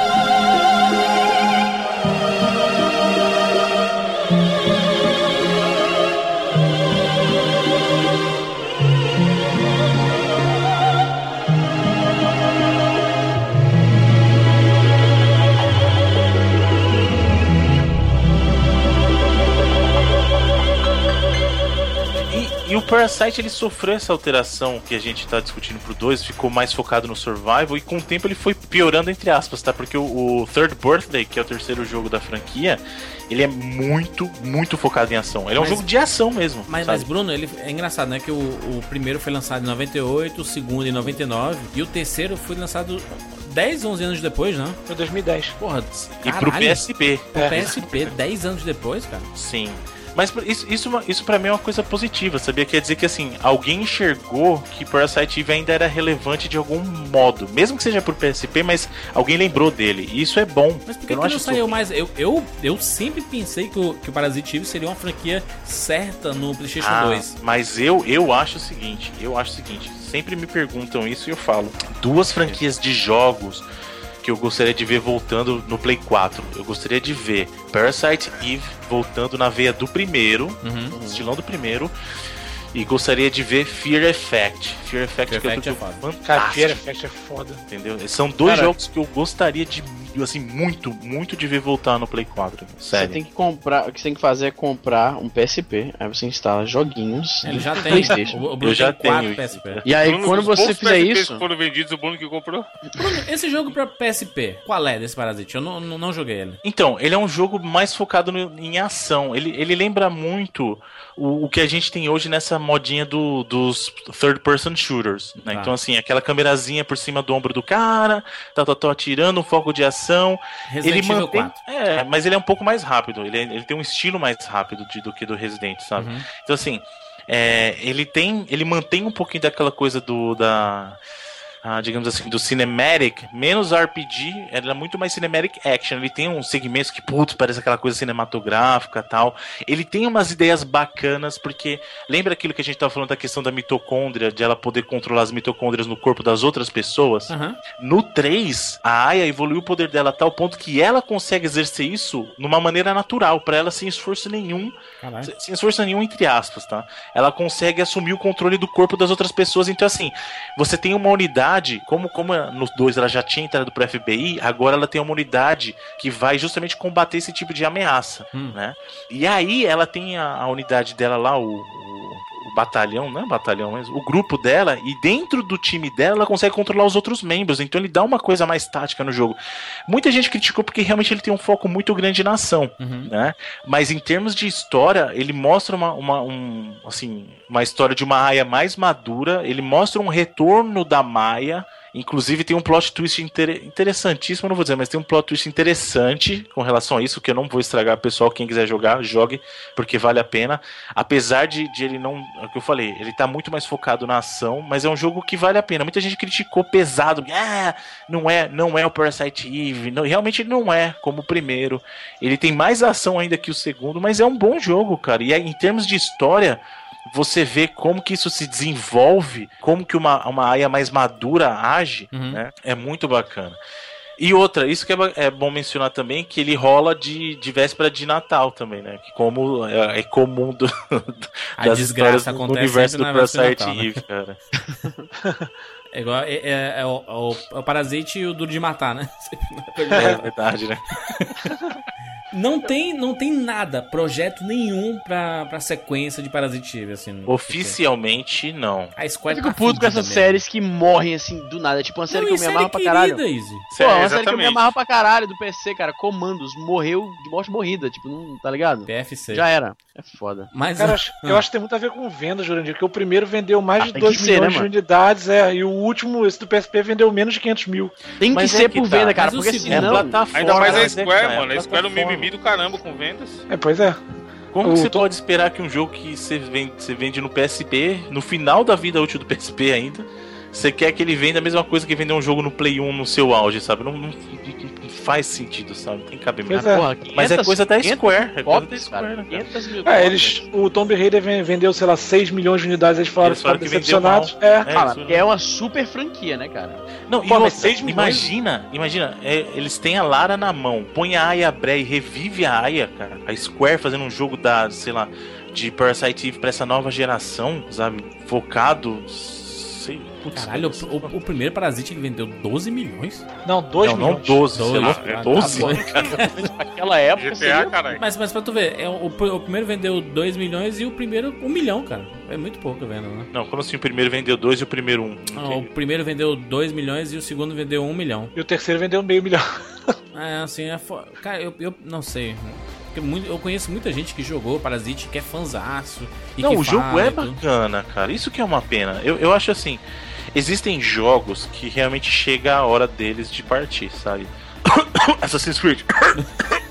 E, e o Parasite ele sofreu essa alteração que a gente tá discutindo pro dois, ficou mais focado no survival e com o tempo ele foi piorando entre aspas, tá? Porque o, o Third Birthday, que é o terceiro jogo da franquia, ele é muito, muito focado em ação. Ele é um Mas- jogo de ação mesmo. Mas, sabe? mas, Bruno, ele, é engraçado, né? Que o, o primeiro foi lançado em noventa e oito, o segundo em noventa e nove e o terceiro foi lançado dez, onze anos depois, né? Foi dois mil e dez. Porra, E pro P S P. Pro P S P, dez anos depois, cara. Sim. Mas isso, isso, isso pra mim é uma coisa positiva, sabia? Quer dizer que, assim, alguém enxergou que Parasite Eve ainda era relevante de algum modo. Mesmo que seja por P S P, mas alguém lembrou dele. E isso é bom. Mas por que eu não, não que não acho saiu isso... mais? Eu, eu, eu sempre pensei que o, que o Parasite Eve seria uma franquia certa no PlayStation ah, dois. Mas eu, eu acho o seguinte, eu acho o seguinte, sempre me perguntam isso e eu falo. Duas franquias de jogos que eu gostaria de ver voltando no Play quatro. Eu gostaria de ver Parasite Eve voltando na veia do primeiro, Uhum. estilão do primeiro. E gostaria de ver Fear Effect. Fear Effect, Fear que Effect é é foda. fantástico. Cara, Fear Effect é foda. Entendeu? São dois Cara, jogos que eu gostaria de, assim, muito, muito de ver voltar no Play quatro. Você Sério. tem que comprar, o que você tem que fazer é comprar um P S P, aí você instala joguinhos. Ele já no tem. PlayStation. O, o Bruno Eu já tem quatro tenho P S P. E aí, Bruno, quando os você poucos fizer P S Ps isso, que foram vendidos, o Bruno que comprou. Bruno, esse jogo pra P S P, qual é desse Parasite? Eu não, não, não joguei ele. Então, ele é um jogo mais focado no- em ação. Ele, ele lembra muito o, o que a gente tem hoje nessa modinha do, dos third person shooters, né? Tá. Então, assim, aquela câmerazinha por cima do ombro do cara, tá, tá, tá atirando, um foco de ação. Resident ele Evil mantém, quatro. É, mas ele é um pouco mais rápido. Ele, é- ele tem um estilo mais rápido de- do que do Resident, sabe? Uhum. Então, assim, é, ele tem, ele mantém um pouquinho daquela coisa do da ah, digamos assim, do cinematic, menos R P G, ele é muito mais cinematic action. Ele tem uns segmentos que, putz, parece aquela coisa cinematográfica e tal. Ele tem umas ideias bacanas, porque lembra aquilo que a gente tava falando da questão da mitocôndria, de ela poder controlar as mitocôndrias no corpo das outras pessoas? Aham. No três, a Aya evoluiu o poder dela a tal ponto que ela consegue exercer isso numa maneira natural, pra ela sem esforço nenhum, Caralho. sem esforço nenhum entre aspas, tá? Ela consegue assumir o controle do corpo das outras pessoas. Então, assim, você tem uma unidade, como, como nos dois ela já tinha entrado pro F B I, agora ela tem uma unidade que vai justamente combater esse tipo de ameaça, Hum. né? E aí ela tem a, a unidade dela lá, o, o, o batalhão, não é batalhão mesmo, o grupo dela, e dentro do time dela ela consegue controlar os outros membros, então ele dá uma coisa mais tática no jogo. Muita gente criticou porque realmente ele tem um foco muito grande na ação, Uhum. né? Mas em termos de história, ele mostra uma, uma, um, assim, uma história de uma Aya mais madura, ele mostra um retorno da Maya. Inclusive tem um plot twist inter- interessantíssimo, eu não vou dizer, mas tem um plot twist interessante com relação a isso, que eu não vou estragar, pessoal, quem quiser jogar, jogue, porque vale a pena. Apesar de, de ele não, é o que eu falei, ele tá muito mais focado na ação, mas é um jogo que vale a pena. Muita gente criticou pesado, ah, não é, não é o Parasite Eve, não, realmente ele não é como o primeiro. Ele tem mais ação ainda que o segundo, mas é um bom jogo, cara. E em termos de história, você vê como que isso se desenvolve, como que uma, uma Aya mais madura age, Uhum. né? É muito bacana. E outra, isso que é, ba- é bom mencionar também, que ele rola de, de véspera de Natal também, né? Que como é, é comum do, A das desgraça histórias do acontece universo do sempre na véspera de Parasite Natal, né? Eve, cara. É igual. É, é- é o, é o- é o Parasite e o Duro de Matar, né? É verdade, né? Não tem, não tem nada, projeto nenhum pra, pra sequência de Parasite Eve, assim. Oficialmente, não. A eu Square fico tá puto com fudida essas mesmo. séries que morrem assim do nada. Tipo, uma série Não, que eu e me série amarro pra caralho. querida, Izzy. Pô, é uma série que eu me exatamente. amarro pra caralho do P C, cara. Comandos. Morreu de morte morrida. Tipo, não. Tá ligado? P F C. Já era. É foda. Mas, Cara, eu acho, eu acho que tem muito a ver com venda, Jurandir, porque o primeiro vendeu mais Ah, de tem dois que ser, milhões né, de mano? unidades, é, e o último, esse do P S P, vendeu menos de quinhentos mil. Tem que Mas é ser que por tá. venda, cara. Mas o Porque segundo- É senão. plataforma. Ainda mais a né, Square, cara? mano. A Square é um plataforma. mimimi do caramba com vendas. É, pois é. Como O que você to- pode esperar que um jogo que você vende, você vende no P S P, no final da vida útil do P S P ainda, você quer que ele venda a mesma coisa que vender um jogo no Play um no seu auge, sabe? Não, não- não faz sentido, sabe? Não tem cabimento. Pois é. Porra, Mas é quinhentas coisa da Square, é coisa da cópias, Square, cara. né, cara? quinhentas mil É, cópias. eles, o Tomb Raider ven- vendeu, sei lá, seis milhões de unidades, eles falaram Eles que ficaram falaram que vendeu mal. decepcionados. É. Fala, isso- porque é uma super franquia, né, cara? Não, e Pô, mas outra, seis milhões? imagina, imagina, é, eles têm a Lara na mão, põe a Aya Bre e revive a Aya, cara. A Square fazendo um jogo da, sei lá, de Parasite Eve pra essa nova geração, sabe? Focado, sei, putz, Caralho, cara, o, o, o primeiro Parasite ele vendeu doze milhões. Não, dois não, não milhões. doze, sei Dois, lá, ah, tá doze. bom. Naquela época. G T seria- A, caralho. Mas, mas pra tu ver, é, o, o primeiro vendeu dois milhões e o primeiro um milhão, cara. É muito pouco venda, né? Não, como assim o primeiro vendeu dois e o primeiro um? Não, o primeiro vendeu dois milhões e o segundo vendeu um milhão. E o terceiro vendeu meio milhão. É, assim, é fo... Cara, eu, eu não sei. Porque muito, eu conheço muita gente que jogou Parasite, que é fanzaço. E Não, que o jogo fala é e tudo. bacana, cara. Isso que é uma pena. Eu, eu acho assim, existem jogos que realmente chega a hora deles de partir, sabe? Assassin's Creed.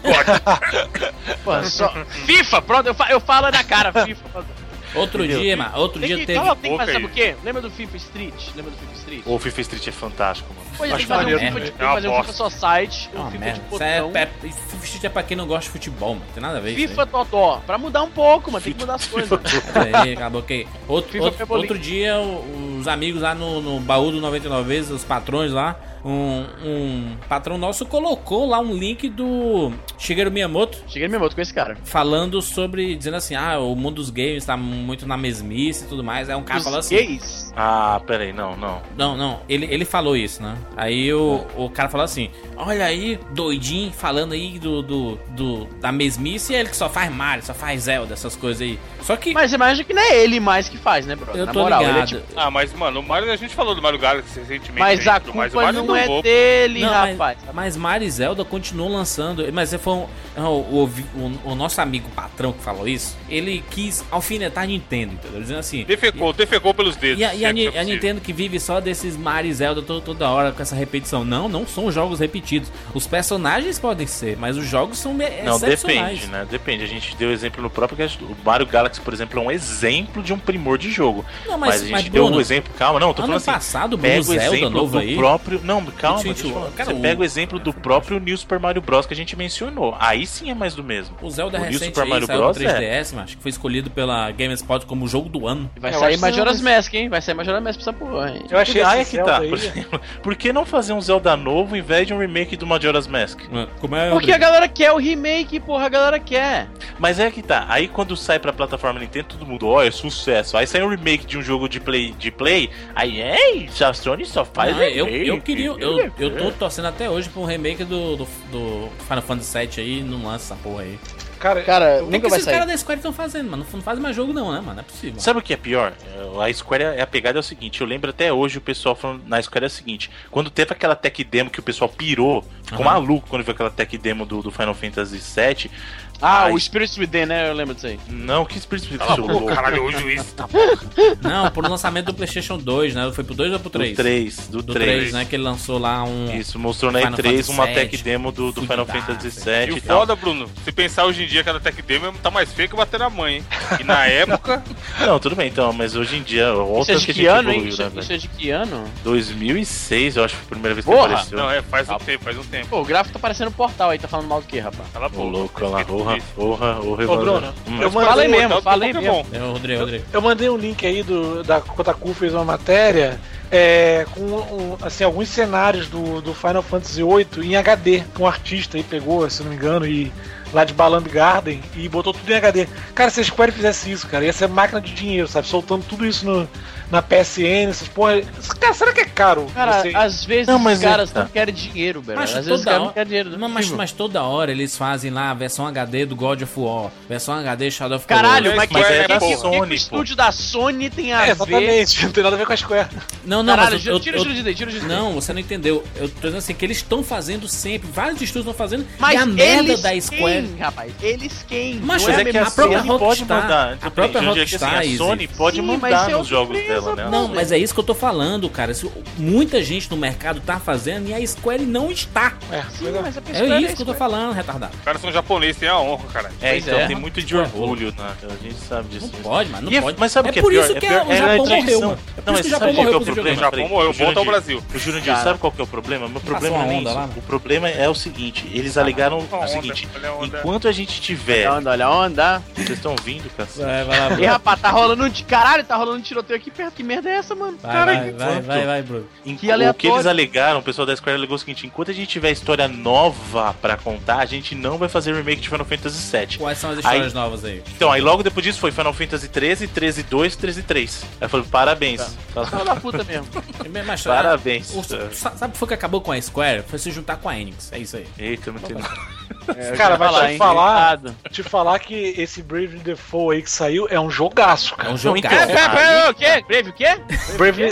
Pô, só... FIFA, pronto, eu, fa eu falo na cara, FIFA. Outro Entendeu? dia, mano, outro Tem dia que, teve... não, tem que fazer, Pouca sabe o quê? Lembra do FIFA Street? Lembra do FIFA Street? O FIFA Street é fantástico, mano. Pô, tem que Acho fazer um maneiro FIFA, também. de, É tem uma que fazer um FIFA bosta. Society, um Ah, FIFA merda. de Isso é, botão. é, FIFA é pra quem não gosta de futebol, mano. Tem nada a ver isso FIFA Totó, pra mudar um pouco, mano, tem que mudar as coisas. aí. Aí, acabou que... Outro, FIFA outro, Pebolim. outro dia, o- os amigos lá no, no baú do noventa e nove vezes, os patrões lá, um, um patrão nosso colocou lá um link do Shigeru Miyamoto Cheguei no meu moto com esse cara. falando sobre, dizendo assim, ah, o mundo dos games tá muito na mesmice e tudo mais. Aí um cara falou Os assim... gays. Ah, pera aí, não, não. Não, não, ele, ele falou isso, né? Aí o, o cara falou assim: olha aí, doidinho, falando aí do, do, do da mesmice, e ele que só faz Mario, só faz Zelda, essas coisas aí. Só que. Mas imagina que não é ele mais que faz, né, bro? eu Na tô moral, ligado. ele é tipo... Ah, mas, mano, o Mario, a gente falou do Mario Galaxy recentemente. Mas aí, a tudo mais. O culpa Mario não é inovou. dele, Não, rapaz. mas, mas Mario e Zelda continuam lançando. Mas foi um, o, o, o, o nosso amigo patrão que falou isso. Ele quis alfinetar a Nintendo, entendeu? Dizendo assim. Defecou, defecou pelos dedos. E a, e a, sempre Ni- é a possível. Nintendo que vive só desses Mario e Zelda to- toda hora com essa repetição. Não, não são jogos repetidos. Os personagens podem ser, mas os jogos são me- Não, excepcionais. depende, né? Depende. A gente deu exemplo no próprio cast. O Mario Galaxy, por exemplo, é um exemplo de um primor de jogo. Não, Mas, mas, a gente mas, deu Bruno, um exemplo. Calma, não, tô ano falando assim. passado, Bruno Pega o Zelda exemplo novo do aí. próprio. Não, calma, Gente, deixa eu falar. cara, Você o- pega o exemplo do próprio New Super Mario Bros. Que a gente mencionou. Aí sim é mais do mesmo. O Zelda O New recente Super aí, Mario saiu Bros. do três D S, mas que foi escolhido pela GameSpot como o jogo do ano. Vai Eu sair acho Majora's que- Mask, hein? Vai sair Majora's Mask pra essa porra, hein? Eu achei Ah, é esse que Zelda tá. aí. Por exemplo, por que não fazer um Zelda novo em vez de um remake do Majora's Mask? Como é, Porque a galera quer o remake, porra, a galera quer. Mas é que tá. Aí quando sai pra plataforma Nintendo, todo mundo, ó, é sucesso. Aí sai um remake de um jogo de play, de play aí, ei, a Sony só faz Não, eu, remake. eu queria. Eu, eu tô torcendo até hoje pra um remake do, do, do Final Fantasy sete aí, não lança essa porra aí. Cara, Cara, O que, nunca que vai esses sair. caras da Square estão fazendo, mano? Não faz mais jogo, não, né, mano? Não é possível. Sabe o que é pior? A Square, é a pegada é o seguinte, eu lembro até hoje o pessoal falando na Square é o seguinte, quando teve aquela tech demo que o pessoal pirou, ficou Aham. maluco quando viu aquela tech demo do, do Final Fantasy sete. Ah, Ai. o Spirits Within, né? Eu lembro disso aí. Não, que espírito Cala a seu boca, louco. caralho, o juiz tá Não, pro lançamento do PlayStation dois, né? Foi pro dois ou pro Do três? três, do Do três. três, né? Que ele lançou lá um. Isso, mostrou na Final E três Fantasy uma sete, tech demo do, do Final fudidaço. Fantasy E sete o e tal. foda, Bruno, se pensar hoje em dia, cada tech demo tá mais feio que bater na mãe, hein? E na época, Não, tudo bem então, mas hoje em dia, Isso olha é o de que a que gente ano, hein? evoluiu, Isso, né, isso velho? é de que ano? dois mil e seis, eu acho que foi a primeira vez que Porra! apareceu. não, é, faz um tempo, faz um tempo. Pô, o gráfico tá parecendo um portal aí, tá falando mal do que, rapaz? Cala a Ô, boca. louco, olha lá, Esqueci porra, disso. porra, ô, Ô, Revan. Bruno, Hum, eu Mas Falei o mesmo, Mortal falei Kombat é mesmo. bom. É o Rodrigo, Rodrigo. eu mandei um link aí do, da Kotaku fez uma matéria é, com um, assim, alguns cenários do, do Final Fantasy oito em H D. Um artista aí pegou, se não me engano, e lá de Balamb Garden e botou tudo em H D. Cara, se a Square fizesse isso, cara, ia ser máquina de dinheiro, sabe? Soltando tudo isso no, na P S N, essas porra. Cara, será que é caro? Cara, você- às vezes Não, mas os caras é- tá. não querem dinheiro, velho. Mas Às vezes os toda caras não hora- querem dinheiro. Não, mas, mas toda hora eles fazem lá a versão H D do God of War, versão H D Shadow of Caralho, Mas mas, Square que, é que, da que, que, Sony, que o pô. estúdio da Sony tem a É, ver? exatamente, não tem nada a ver com a Square. Não, não, Caralho, mas eu, tira eu, o Disney, tira o Disney. Não, você não entendeu. Eu tô dizendo assim, que eles estão fazendo sempre, vários estúdios estão fazendo, Mas e a merda eles da Square... quem, rapaz? Eles quem? Mas Não é a que mesma a própria Sony. Rockstar- pode mandar. a própria Depende, é que, assim, Rockstar, a Sony Izzy. pode Sim, mas mandar é nos outra jogos empresa, dela, né? Não, mas é isso que eu tô falando, cara. Isso, muita gente no mercado tá fazendo e a Square não está. É, Sim, pois é. mas a É pessoa isso que eu tô falando, retardado. Os caras são japoneses, tem a honra, cara. É, Pois então é. tem muito de orgulho, né? A gente sabe disso. Não pode, mano, não E é- pode. Mas sabe o é que é por pior? isso É que pior- a- o é Japão a morreu, tradição. mano. É por Não, isso mas que o sabe Japão qual que é morreu o pro O problema? videogame. Japão Peraí, morreu, o volta ao Jurandir- Brasil. O Jurandir, Cara. sabe qual que é o problema? Meu problema uma não é onda isso. lá, mano. O problema é o seguinte, eles alegaram Olha a o onda, seguinte, olha a onda. enquanto a gente tiver... Olha a onda, olha a onda. Vocês estão vindo, cacete? Vai, vai lá, E rapaz, tá rolando um de caralho, tá rolando um tiroteio aqui perto. Que merda é essa, mano? Vai, Caralho. vai, vai, enquanto- vai, vai, Bruno. Em- Que o que aleatório. eles alegaram, o pessoal da Square alegou o seguinte, enquanto a gente tiver história nova pra contar, a gente não vai fazer remake de Final Fantasy sete. Quais são as histórias Aí- novas aí? Então, aí logo depois disso foi Final Fantasy treze, treze dois, treze três. Aí eu falei, parabéns. Filho da puta mesmo. Mas, Parabéns. o- sa- sabe o que foi que acabou com a Square? Foi se juntar com a Enix. É isso aí. Eita, não tem nada. É, Cara, eu vai ia te hein? falar- Errado. Te falar que esse Brave Default aí que saiu é um jogaço, É cara. um Não, jogo. então, É, pera, pera, o quê? Brave o quê? Bravely...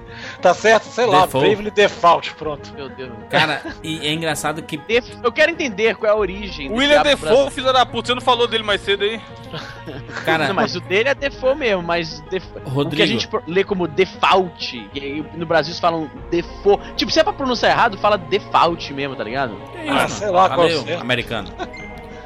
tá certo? Sei lá, Default. Bravely Default, pronto. Meu Deus. Cara, e é engraçado que. Def- Eu quero entender qual é a origem. desse William diabo do Defoe, filho da puta, você não falou dele mais cedo aí? Cara, Não, mas o dele é default mesmo, mas def... o que Rodrigo. a gente pro- lê como default, e aí no Brasil eles falam default. Tipo, se é pra pronunciar errado, fala default mesmo, tá ligado? que é isso, Ah, mano? sei lá qual é o Valeu, certo. americano.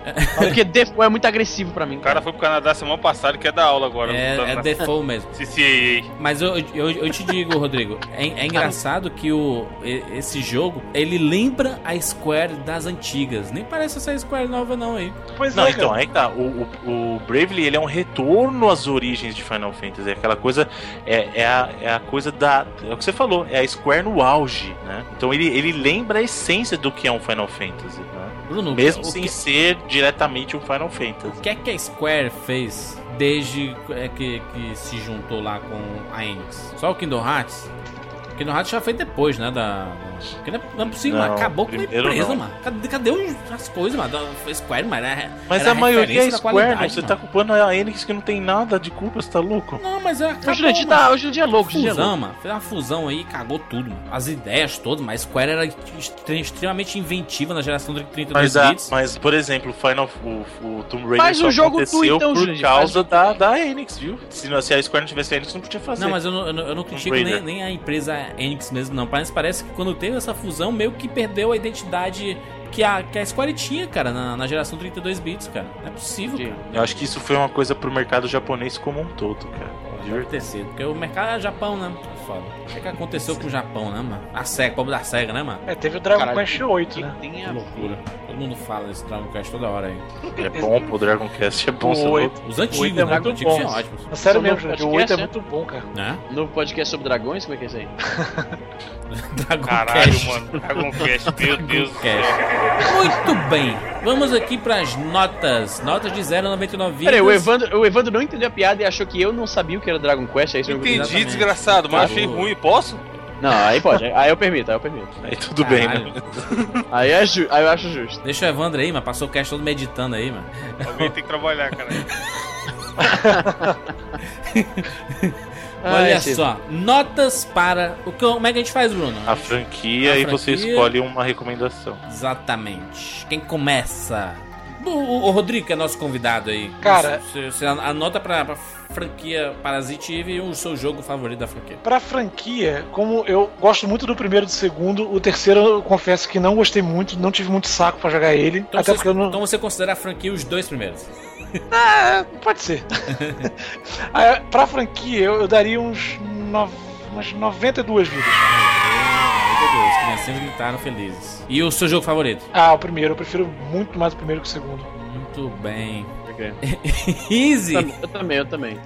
Porque Default é muito agressivo pra mim. O cara foi pro Canadá semana passada, que é dar aula agora. É, é Default mesmo. C C A A. Mas eu, eu, eu te digo, Rodrigo, é, é engraçado que o, esse jogo, ele lembra a Square das antigas. Nem parece essa Square nova não aí. Pois Não, é, então, cara. aí tá. O, o, o Bravely, ele é um retorno às origens de Final Fantasy. É aquela coisa, é, é, a, é a coisa da... É o que você falou, é a Square no auge, né? Então ele, ele lembra a essência do que é um Final Fantasy, né? Bruno, Mesmo o sem que, ser diretamente um Final Fantasy. o que é que a Square fez desde é, que, que se juntou lá com a Enix? Só o Kingdom Hearts? O Kingdom Hearts já foi depois, né, da... Porque não é, não é possível, Não, mano. Acabou com a primeiro empresa, não. mano. Cadê, cadê os- as coisas, mano? Da Square, mano. Era, Mas era a maioria é referência da Square, qualidade, não. Você mano. tá culpando a Enix que não tem nada de culpa, você tá louco? Não, mas é acabou, Hoje em dia mano. tá, hoje em dia é louco, hoje em dia é louco. Fusão, mano. Fez uma fusão aí e cagou tudo, mano. As ideias todas, mas Square era extre- extremamente inventiva na geração de trinta e dois Mas, a, bits. mas, por exemplo, o Final o, o Tomb Raider Faz só um jogo tu, aconteceu então, por Jurandir, causa faz da, da Enix, viu? Se, não- se a Square não tivesse a Enix, não podia fazer. Não, mas eu não, eu não, eu não critico nem, Raider. nem a empresa Enix mesmo, não. Parece, parece que quando teve essa fusão, meio que perdeu a identidade que a, que a Square tinha, cara, na, na geração trinta e dois bits, cara. Não é possível, Sim. cara. Eu acho que isso foi uma coisa pro mercado japonês como um todo, cara. De Deve verdade. ter sido, porque o mercado é Japão, né? Foda. O que, que aconteceu com o Japão, né, mano? A SEGA, pobre da SEGA, né, mano? É, teve o Dragon Caralho, Quest oito, né? Tem Que a loucura. Todo mundo fala desse Dragon Quest toda hora aí. É bom, pô, o Dragon Quest é bom. O você oito. Os O antigos, oito é né? muito Os antigos bom. são ótimos. É sério Só mesmo, no gente. O podcast, oito é né? muito bom, cara. Né? novo podcast sobre dragões, como é que é isso aí? Dragon Caralho, Quest. mano. Dragon Quest, meu Deus do céu. Cast. Muito bem. Vamos aqui pras notas. Notas de zero a noventa e nove vidas. Peraí, o Evandro, o Evandro não entendeu a piada e achou que eu não sabia o que era Dragon Quest, é isso mesmo? Entendi, Exatamente. desgraçado, mas Acabou. achei ruim. Posso? Não, aí pode, aí eu permito, aí eu permito. Aí tudo bem, Caralho. né? Aí, é ju- aí eu acho justo. Deixa o Evandro aí, mas passou o cast todo meditando aí, mano. Alguém tem que trabalhar, cara. Ah, Olha é, Cid. só, notas para... O que, como é que a gente faz, Bruno? A franquia A e você franquia. escolhe uma recomendação. Exatamente. Quem começa? O, o- o Rodrigo, que é nosso convidado aí. Cara- Você, você anota pra, pra franquia Parasite Eve e o seu jogo favorito da franquia. Pra franquia, como eu gosto muito do primeiro e do segundo, o terceiro eu confesso que não gostei muito, não tive muito saco pra jogar ele. Então, até você, porque eu não. então você considera a franquia os dois primeiros. Ah, pode ser. Ah, pra franquia, eu, eu daria uns, no, umas noventa e duas vidas. Meu Deus, criancinhas gritaram felizes. E o seu jogo favorito? Ah, o primeiro, eu prefiro muito mais o primeiro que o segundo. Muito bem. Ok. Easy! Eu também, eu também.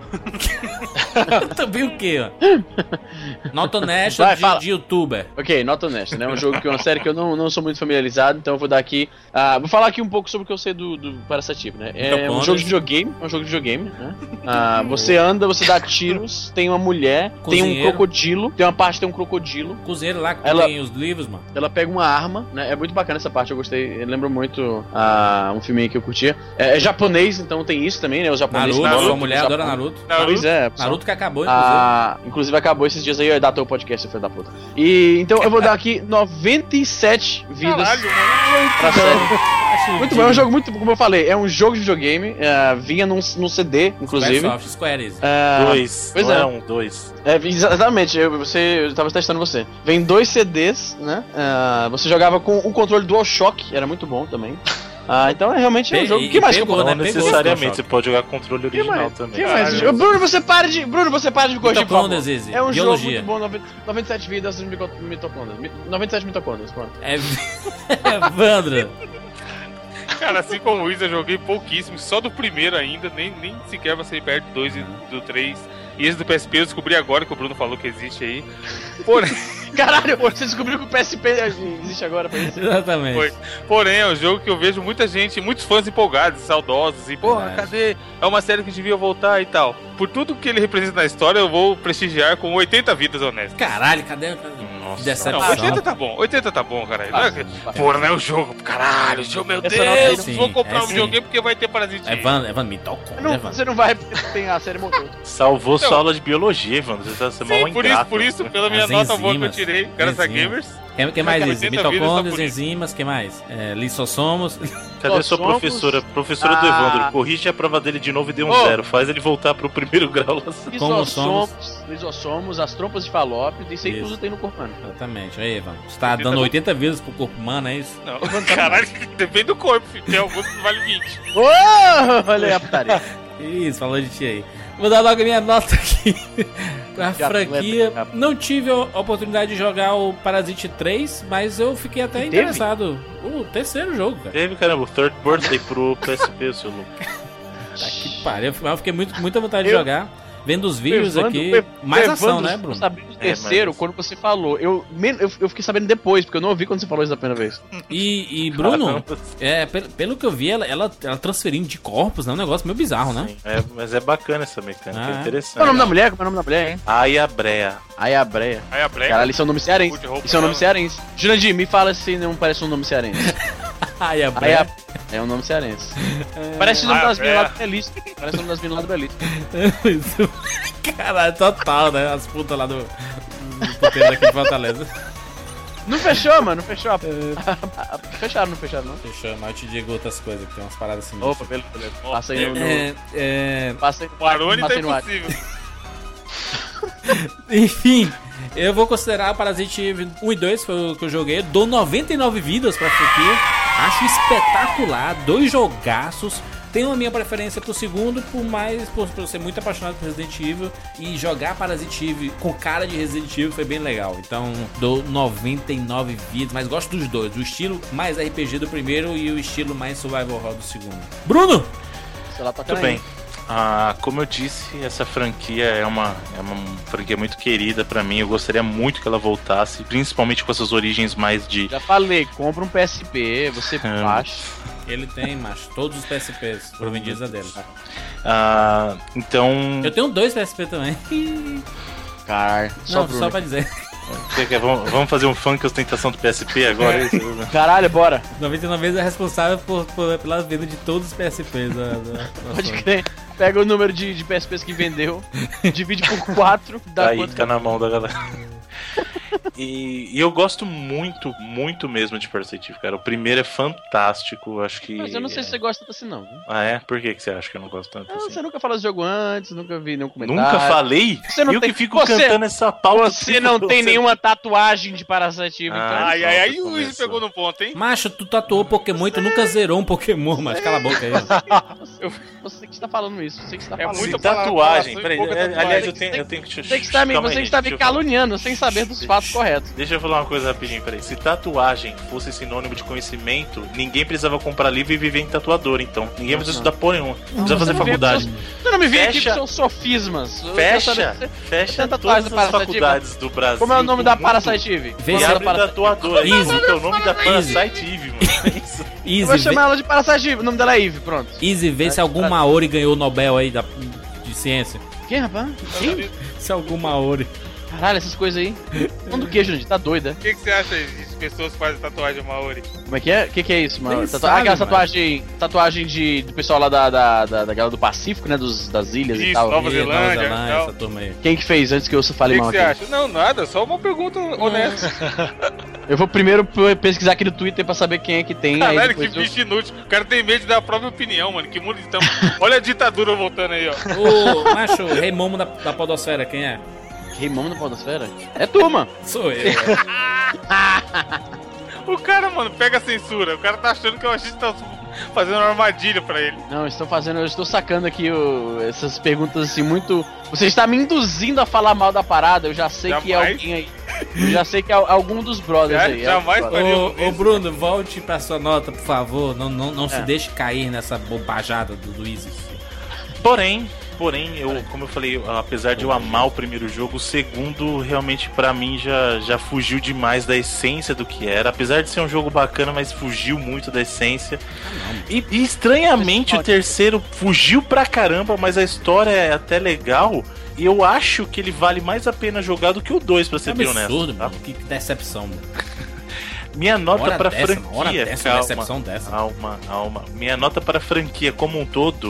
Também o quê, ó? Nota honesta Vai, de, fala. de youtuber. Ok, nota honesta, né? É um jogo que é uma série que eu não, não sou muito familiarizado, então eu vou dar aqui. ah, vou falar aqui um pouco sobre o que eu sei do, do Parasite Eve, né? É um Mitocondas. jogo de videogame, é um jogo de videogame, né? Ah, você anda, você dá tiros, tem uma mulher, tem um Cozinheiro. crocodilo, tem uma parte que tem um crocodilo. Cozinheiro lá que Ela- tem os livros, mano. Ela pega uma arma, né? É muito bacana essa parte, eu gostei. Lembra muito ah, um filme que eu curtia. É, é japonês, então tem isso também, né? Os japoneses. Naruto, Naruto, sua mulher Japão. adora Naruto. Pois é, Naruto que acabou, inclusive. Ah, inclusive acabou esses dias aí, eu ia dar teu podcast, seu filho da puta. E então eu vou dar aqui noventa e sete vidas Caralho, mano. pra série. Acho Muito digno. bom, é um jogo muito, como eu falei, é um jogo de videogame, é, vinha num, num C D, inclusive. Squaresoft, Square Enix. É, Dois. pois não é. é um, dois. é, exatamente, eu, você, eu tava testando você. Vem dois C Ds, né? É, você jogava com o controle DualShock, era muito bom também. Ah, então é realmente é um Pe- jogo. e- O que mais que eu pegou, posso Não né? Pegou necessariamente, o você pode jogar controle O que original mais? também. Que mais? Caralho. Bruno, você para de. Bruno, você para de me corrigir, por favor. Mitocôndrias, Izzy. É um Biologia. jogo muito bom, noventa noventa e sete vidas de mico- mitocôndrias. Mi- noventa e sete mitocôndrias, pronto. É... Evandro. Cara, assim como o Wiz, eu joguei pouquíssimo, só do primeiro ainda, nem, nem sequer vai ser perto do dois e do três. E esse do P S P eu descobri agora que o Bruno falou que existe aí. Porém, Caralho, você descobriu que o P S P existe agora pra isso? Exatamente. Foi. porém é um jogo que eu vejo muita gente, muitos fãs empolgados, saudosos, e porra, Verdade. cadê? É uma série que devia voltar e tal. Por tudo que ele representa na história, eu vou prestigiar com oitenta vidas honestas. Caralho, cadê? Nossa. Decepção. Não, oitenta tá bom, oitenta tá bom, caralho. Não é que- Porra, não é o jogo, caralho, o jogo, meu Essa nota aí Deus, não- vou Sim, comprar é um sim. videogame porque vai ter Parasite. Evandro, Evandro, me tocou, Não, né, Evandro? você não vai porque tem a série motor. Salvou Não. sua aula de biologia, mano. Você tá sendo mal Sim, por isso, ingrato. por isso, pela minha As nota boa que eu enzimas. tirei, graças a Enzimas. Gamers. Quem, quem mais diz? oitenta vidas Mitocôndrias, só por enzimas, quem mais? É, lissossomos. Cadê Nós sua somos- professora? Professora do Ah. Evandro, corrige a prova dele de novo e dê um Ô. zero. Faz ele voltar pro primeiro grau lá. Como somos? Lisossomos, lisossomos, as trompas de falópio, isso aí Isso. tudo tem no corpo humano. Exatamente. Aí, Evan. Você tá oitenta dando oitenta vidas pro corpo humano, é isso? Não, caralho, depende do corpo, filho. Tem alguns que vale vinte. Ô, olha aí a putaria. Isso, falou de ti aí. Vou dar logo a minha nota aqui pra Já franquia. foi, Não tive a oportunidade de jogar o Parasite três, mas eu fiquei até Teve? interessado. O terceiro jogo, cara. Teve, caramba, o Third Birthday pro P S P, seu louco. Tá que pariu. Eu fiquei muito, muita vontade Eu- de jogar. Vendo os vídeos Evandro- aqui. o Ev- Mais o ação, Evandro né, ficou Bruno? sabendo do É, terceiro mas- quando você falou. Eu, men- eu, eu fiquei sabendo depois, porque eu não ouvi quando você falou isso da primeira vez. E, e Bruno, Caramba. é, pelo, pelo que eu vi, ela, ela, ela transferindo de corpos, né? Um negócio meio bizarro, né? Sim, é, mas é bacana essa mecânica, Ah, é. é interessante. Qual é o nome da mulher? Qual é o nome da mulher, hein? Ayabrea. Aí a Breia. Aí a breca. Caralho, isso é um nome cearense. Pude roupa Isso é um nome dela. cearense. Jurandir, me fala se não parece um nome cearense. Ai, a Aí a... É um nome cearense. Parece o nome Ah, das meninas é. lá do Belisco. Parece o nome das meninas lá do Belisco. Isso. Caralho, total, né? As putas lá do, do puteiro daqui de Fortaleza. Não fechou, mano, não fechou. Fecharam, não fecharam, não. Deixa eu chamar, eu te digo outras coisas, que tem umas paradas assim. Opa, beleza, beleza. Passa aí no... no... É, é, Passa aí, O Arone tá passa aí no ar. impossível. enfim, eu vou considerar Parasite Eve um e dois, foi o que eu joguei. Dou noventa e nove vidas pra franquia. Acho espetacular, dois jogaços. Tenho a minha preferência pro segundo, por mais por, por ser muito apaixonado por Resident Evil. E jogar Parasite Eve com cara de Resident Evil foi bem legal. Então dou noventa e nove vidas, mas gosto dos dois. O estilo mais R P G do primeiro e o estilo mais survival horror do segundo. Bruno! Sei lá, toca Muito aí. bem. Ah, como eu disse, essa franquia é uma, é uma franquia muito querida pra mim. Eu gostaria muito que ela voltasse, principalmente com essas origens mais de. Já falei, compra um P S P, você Ah. baixa. Ele tem, macho, todos os P S Ps provenientes a dele. Ah, então. Eu tenho dois P S P também. Caralho, só Não, Bruno. só pra dizer. Você quer- vamos, vamos fazer um funk ostentação do P S P agora? é isso? Caralho, bora. noventa e nove vezes é responsável por, por- pela venda de todos os P S Ps da, da, da Pode Sony. crer. Pega o número de, de P S Ps que vendeu, divide por quatro, dá Aí quanto tá na mão da galera. E, e eu gosto muito, muito mesmo de Parasite Eve, cara. O primeiro é fantástico, acho que. Mas eu não sei se você gosta tanto assim, não. viu? Ah, é? Por que, que você acha que eu não gosto tanto Ah, assim? Você nunca falou desse jogo antes, nunca vi nenhum comentário. Nunca falei? Você não eu tem- que fico você- cantando essa pauta. Você não tem nenhuma tatuagem de Parasite Eve, Ah, então. Ai, ai, ai, o Começou. Luiz pegou no ponto, hein? Macho, tu tatuou Pokémon e tu nunca zerou um Pokémon, mas cala a boca aí. Eu, você que está falando isso, você que está É falando. muito Se tatuagem, falação e peraí, pouca é, tatuagem. aliás, eu tenho, eu tenho que te Você que está me, calma você aí, que está me deixa eu falar. caluniando sem saber dos fatos corretos. Deixa eu falar uma coisa rapidinho, peraí. Se tatuagem fosse sinônimo de conhecimento, ninguém precisava comprar livro e viver em tatuador, então. Ninguém precisa estudar porra nenhuma. Não precisa fazer Você não vê faculdade. Você não me vem aqui Fecha- com seus sofismas. Eu quero Fecha, saber- fecha tem tatuagem todas do as Parasite Eve? faculdades do Brasil. Como é o nome do da mundo, Parasite Eve? Vê Qual se é E a ela abre Parasite- tatuador aí. Easy. É o nome da Easy. Parasite Eve, mano. É isso. Eu Easy, vou chamar vê, ela de Parasite Eve, o nome dela é Eve, pronto. Easy, vê se algum Maori ganhou o Nobel aí da, de ciência. Quem, rapaz? Quem? Se algum Maori. Caralho, essas coisas aí. Não do que, gente? Tá doida? O que, que você acha de pessoas que fazem tatuagem Maori? Como é que é? O que, que é isso, mano? Nem Tatua... sabe, ah, aquela mano. tatuagem, tatuagem de, do pessoal lá da, da, da, da galera do Pacífico, né? Dos, das ilhas e Isso, tal. Nova Ih, Zelândia, Zelândia, tal. essa turma aí. Quem que fez antes que eu O fale que, que mal você aqui? acha? Não, nada, só uma pergunta honesta. Eu vou primeiro p- pesquisar aqui no Twitter pra saber quem é que tem. aí Caralho, que depois eu... bicho inútil. O cara tem medo de dar a própria opinião, mano. Que mundo então. Olha a ditadura voltando aí, ó. Ô, macho, o Rei Momo da, da podosfera, quem é? Reimão na podosfera? É tu, mano. Sou eu. O cara, mano, pega a censura. O cara tá achando que a gente tá fazendo uma armadilha pra ele. Não, eu estou fazendo, eu estou sacando aqui o- essas perguntas assim muito. Você está me induzindo a falar mal da parada, eu já sei que é Jamais. alguém aí. Eu já sei que é algum dos brothers Já- aí. é jamais algum brother. faria. Ô, ô, Bruno, volte pra sua nota, por favor. Não, não, não se É. deixe cair nessa bobajada do, do Easy. Porém, porém, eu, como eu falei, apesar de eu amar o primeiro jogo, o segundo realmente pra mim já, já fugiu demais da essência do que era. Apesar de ser um jogo bacana, mas fugiu muito da essência. E, e estranhamente o terceiro fugiu pra caramba, mas a história é até legal. E eu acho que ele vale mais a pena jogar do que o dois, pra ser É bem absurdo, honesto. Tá? mano. Que que decepção, mano. Minha nota Hora pra dessa, uma hora franquia, dessa, calma, decepção dessa. Alma, alma. Minha nota para a franquia como um todo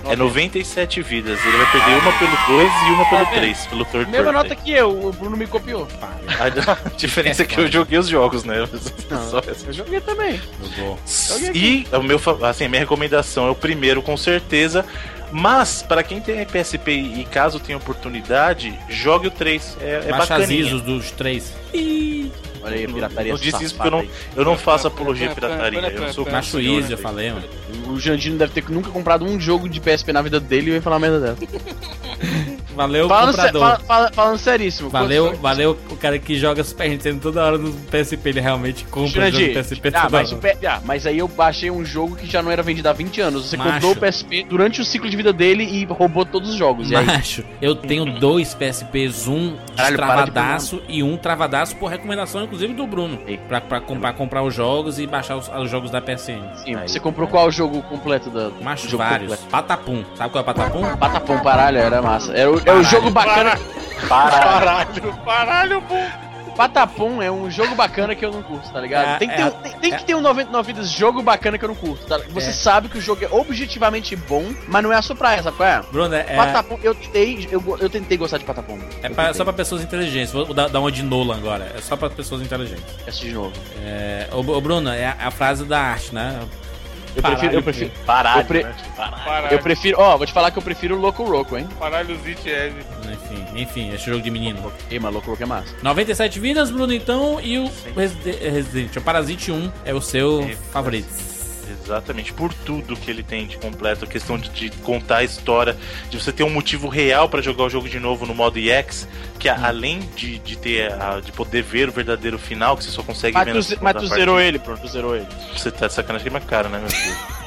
É noventa e sete vidas. Ele vai perder uma pelo dois e uma pelo três, pelo third Mesma birthday. nota que eu, o Bruno me copiou. A diferença é que eu joguei os jogos, né? Não, Só- eu joguei também. Jogou. E o meu, fa- assim, a minha recomendação é o primeiro, com certeza. Mas, para quem tem P S P e caso tenha oportunidade, jogue o três. É, é Baixa as bacaninha. ISOs dos três. Olha aí a pirataria Eu disse isso safada porque eu não, eu não faço apologia à pirataria. Eu não sou Baixa o senhor, Easy, eu né? falei, mano. aí. O Jandino deve ter nunca comprado um jogo de P S P na vida dele e vai falar merda dessa. Valeu, Falando, sé- comprador. fala- fala- falando seríssimo. Valeu, quantos- valeu o cara que joga Super Nintendo toda hora no P S P, ele realmente compra o jogo Jurandir, do P S P ah, toda mas, o hora. P- ah, mas aí eu baixei um jogo que já não era vendido há vinte anos. Você Macho. comprou o P S P durante o ciclo de vida dele e roubou todos os jogos. E aí? Macho, eu tenho dois P S Ps, um Caralho, para de travadaço e um travadaço por recomendação, inclusive, do Bruno. Ei. Pra, pra comprar, comprar os jogos e baixar os, os jogos da P S N. Sim, Aí, você comprou qual jogo completo da. Macho, jogo vários. completo? Patapum. Sabe qual é Patapum? Patapom, paralho, era massa. É o, é o jogo bacana. Caralho, caralho, bom. Patapom é um jogo bacana que eu não curto, tá ligado? É, tem que ter, é, um, tem, tem é. que ter um noventa e nove vidas jogo bacana que eu não curto, tá? Você É. sabe que o jogo é objetivamente bom, mas não é a sua praia, sabe qual é? Bruno, é, é, Patapom, eu tentei, eu, go- eu tentei gostar de Patapom. é Eu pra- tentei. só pra pessoas inteligentes. Vou dar, dar uma de Nolan agora. É só pra pessoas inteligentes. Assistir de novo. É, ô, ô, Bruno, é a, a frase da arte, né? Eu prefiro, eu prefiro, Parado, Eu pre- né? Parado. Paralho, eu prefiro, ó, vou te falar que eu prefiro o Loco Roco, hein? paralho, Zit Eve. Enfim, enfim, esse jogo de menino. Ei, mas Loco Roco é massa. noventa e sete vidas, Bruno, então, e o Reside- Resident, o Parasite um é o seu É, favorito. Exatamente, por tudo que ele tem de completo, a questão de, de contar a história, de você ter um motivo real pra jogar o jogo de novo no modo E X, que a- além de, de ter a- de poder ver o verdadeiro final, que você só consegue Mas ver tu, na ze- segunda mas tu partida. zerou ele, pronto, tu zerou ele. Você tá de sacanagem com a minha cara, né, meu filho?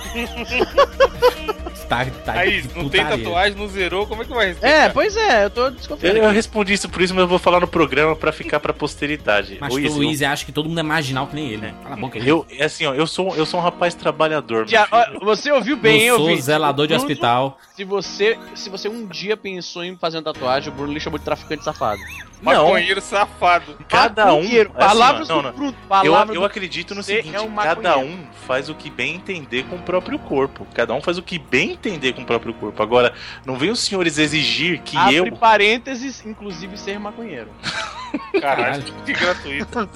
Tá, tá Aí, de não tem putaria. tatuagem, não zerou, como é que vai respeitar? É, pois é, eu tô Eu, desconfiando. eu respondi isso por isso, mas eu vou falar no programa pra ficar pra posteridade. Mas Ô, o Izzy, Luiz acha que todo mundo é marginal que nem ele, né? Cala a boca aí. eu, eu- é assim, ó, eu sou, eu sou um rapaz trabalhador, meu Já, filho. ó, você ouviu bem, hein, eu sou ouvinte? zelador de O Bruno, hospital. Se você, se você um dia pensou em fazer uma tatuagem, o Bruno lhe chamou de traficante safado. Não, Maconheiro safado. cada um. Maconheiro, é assim, ó, palavras não, do não. Bruno. Eu, Palavras eu do... acredito no Você seguinte: é um cada maconheiro. um faz o que bem entender com o próprio corpo. Cada um faz o que bem entender com o próprio corpo. Agora, não vem os senhores exigir que Abre eu. parênteses, inclusive ser maconheiro. Caralho, que gratuito.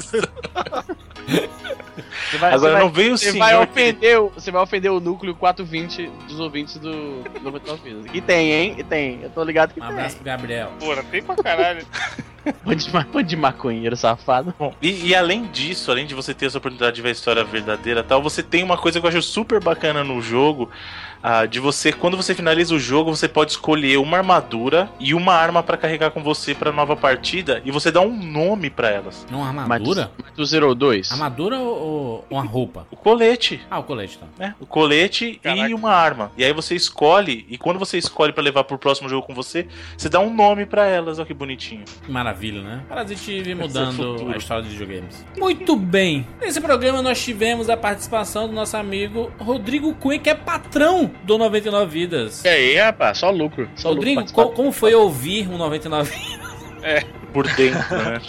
Você vai, Agora você vai, não vem o você senhor. vai que- ofender, o- você vai ofender o núcleo quatrocentos e vinte dos ouvintes do noventa e nove Vidas. E tem, hein? E tem. Eu tô ligado que Um tem. abraço pro Gabriel. Porra, tem pra caralho. Bando de, ma- bando de maconheiro safado. Bom, e, e além disso, além de você ter essa oportunidade de ver a história verdadeira e tal, você tem uma coisa que eu acho super bacana no jogo. Ah, de você, quando você finaliza o jogo, você pode escolher uma armadura e uma arma pra carregar com você pra nova partida e você dá um nome pra elas. Não, Mas armadura? tu, mas tu zerou dois? Armadura ou, ou uma roupa? O colete, Ah, o colete, tá. né? O colete Caraca. e uma arma. E aí você escolhe, e quando você escolhe pra levar pro próximo jogo com você, você dá um nome pra elas. Olha que bonitinho. Que maravilha, né? Parasite vem Esse é o mudando futuro. a história dos videogames. Muito bem. Nesse programa nós tivemos a participação do nosso amigo Rodrigo Cunha, que é patrão do noventa e nove Vidas. E aí, rapaz, só lucro. Só Rodrigo, lucro co- como foi ouvir um noventa e nove Vidas? Por dentro, né?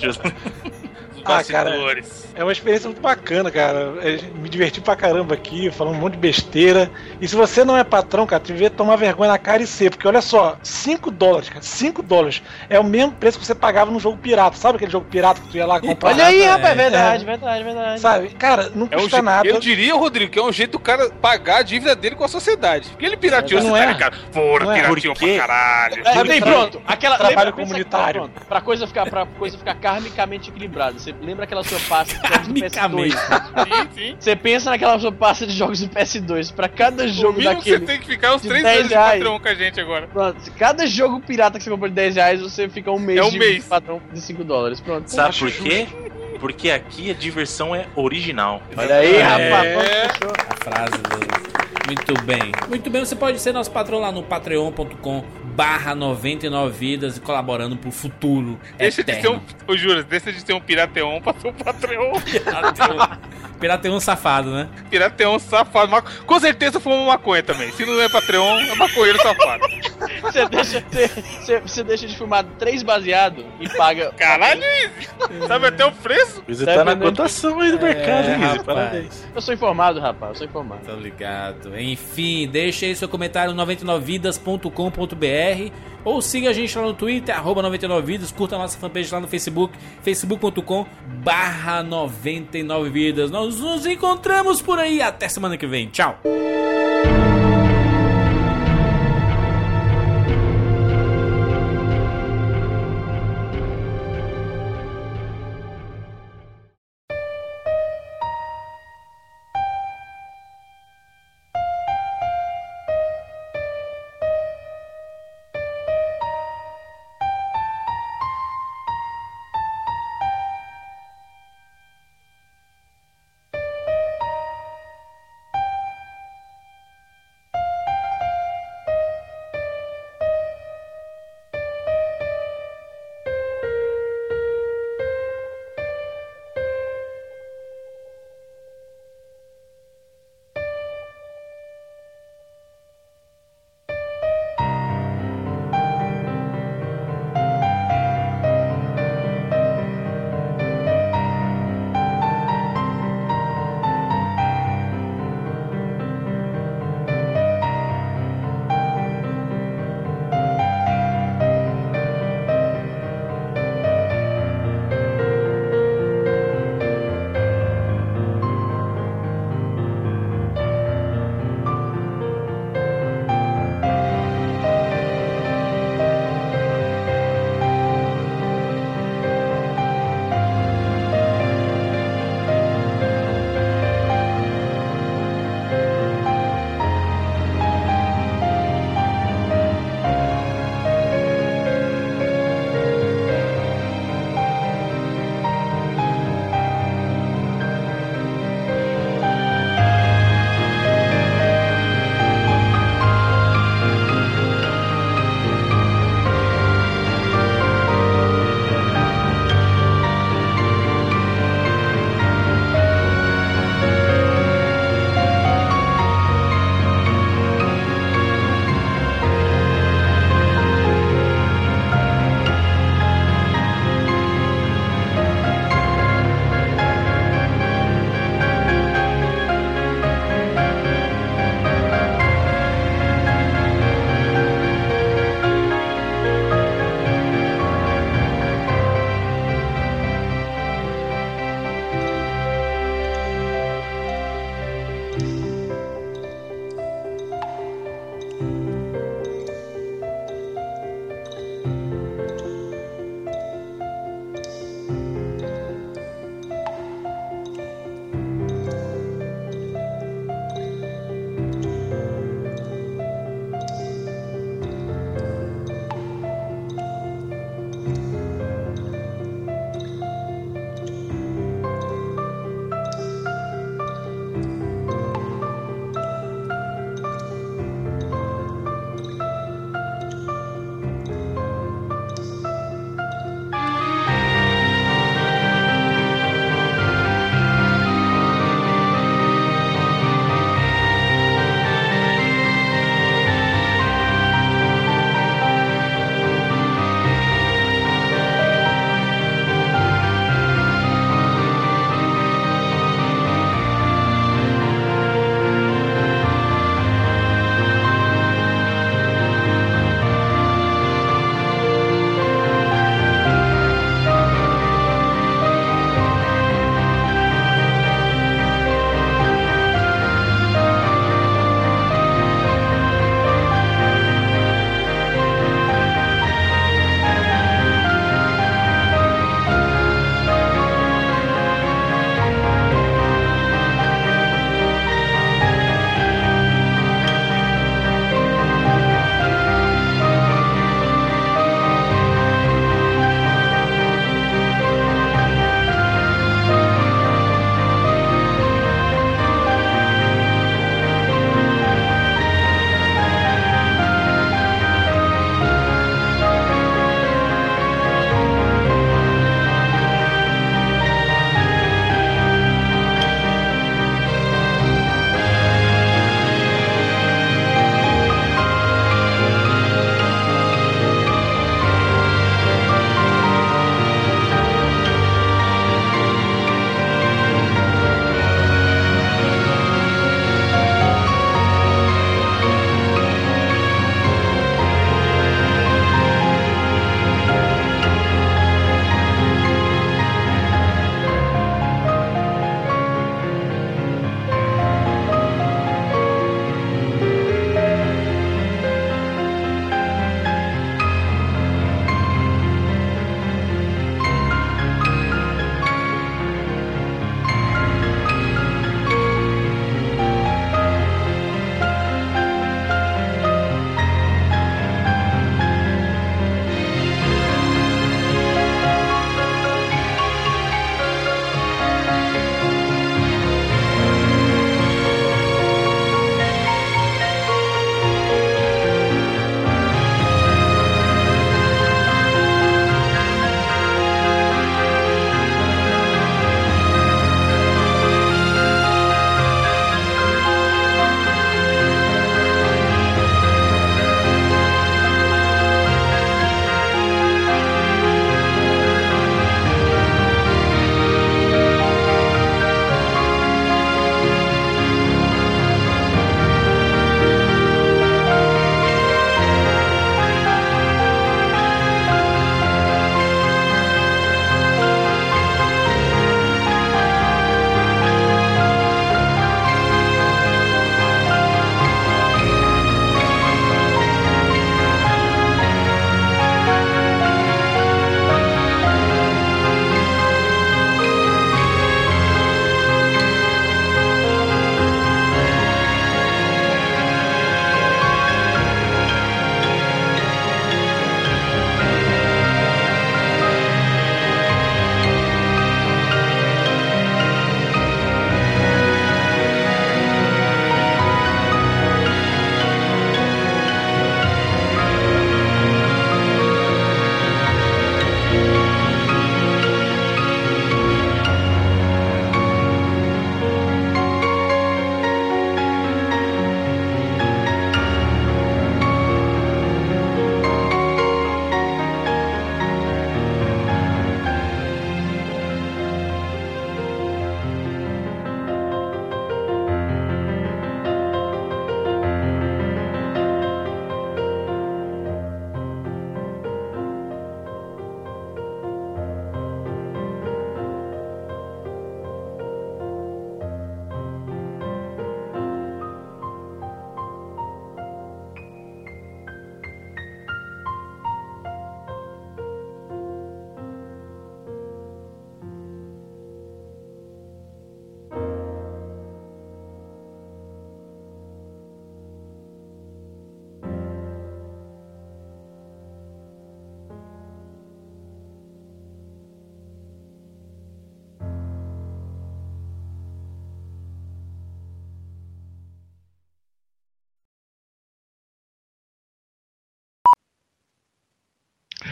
Os Ah, cara. bastidores. É uma experiência muito bacana, cara. É, me diverti pra caramba aqui, falando um monte de besteira. E se você não é patrão, cara, tu devia tomar vergonha na cara e ser. Porque olha só, cinco dólares, cara, cinco dólares é o mesmo preço que você pagava no jogo pirata. Sabe aquele jogo pirata que tu ia lá comprar? Olha aí, É, rapaz, é. verdade, verdade, verdade. Sabe? Cara, não É um custa je- nada. Eu diria, Rodrigo, que é um jeito do cara pagar a dívida dele com a sociedade. Porque ele pirateou a Não cidade, é. cara. Porra, Não é. pirateou Por quê? pra caralho. É, tem pronto. Aquela Trabalho lembra- pensa- comunitário. pronto, Pra coisa ficar, pra coisa ficar karmicamente equilibrada. Você lembra aquela sua pasta de jogos do P S Karmicamente. dois? Sim, sim. Você pensa naquela sua pasta de jogos do P S dois. Pra cada O jogo mínimo que você daquele. tem que ficar é uns de três dez anos de reais. patrão com a gente agora. Pronto, se cada jogo pirata que você comprou de dez reais, você fica um mês É um de mês. padrão de cinco dólares. Pronto. Sabe acho por quê? Porque aqui a diversão é original. Olha aí, É. rapaz. pronto, fechou. A frase dele. Muito bem. Muito bem, você pode ser nosso patrão lá no patreon ponto com barra noventa e nove vidas e colaborando pro futuro Deixa de ser eterno. um. Ô, Juras, deixa de ser um pirateon pra ser um patreon. Pirateão safado, né? Pirateon safado. Maco- Com certeza foi uma maconha também. Se não é patreon, é maconheiro safado. Você deixa, você, você- você deixa de fumar três baseados e paga. Caralho, Izzy! Sabe até o preço? Você tá na Dependendo- cotação aí do mercado, É, Izzy, rapaz. parabéns. Eu sou informado, rapaz, eu sou informado. Tá ligado. Enfim, deixa aí seu comentário no noventa e nove vidas ponto com ponto b r ou siga a gente lá no Twitter, arroba noventa e nove vidas, curta a nossa fanpage lá no Facebook, facebook ponto com barra noventa e nove vidas. Nós nos encontramos por aí, até semana que vem. Tchau!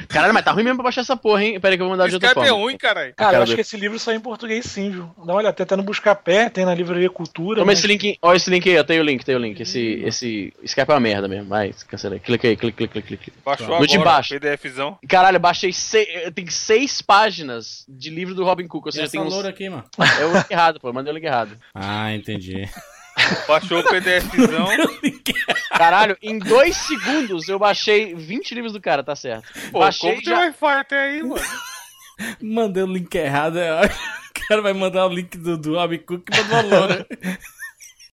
Caralho, mas tá ruim mesmo pra baixar essa porra, hein? Pera aí que eu vou mandar de outra Skype é forma. ruim, caralho. Cara, cara eu acho do- que esse livro saiu em português sim, viu? Dá uma olhada, até tá no Buscapé, tem na Livraria Cultura. Toma mas- esse link, ó esse link aí, ó, tem o link, tem o link. Esse, esse Skype é uma merda mesmo, vai, cancela aí. Clica aí, clica, clica, clica, clica. Baixou No agora de baixo. PDFzão. Caralho, baixei seis, tem seis páginas de livro do Robin Cook, ou E seja, essa tem uns... loura aqui, mano. É o link errado, pô, eu mandei o link errado. Ah, entendi. Baixou o PDFzão. Caralho, em dois segundos eu baixei vinte livros do cara, tá certo. Pô, Baixei como tem já... Wi-Fi até aí, mano? Mandei o link errado. é ótimo. O cara vai mandar o link do, do Robin Cook e mandou a loura.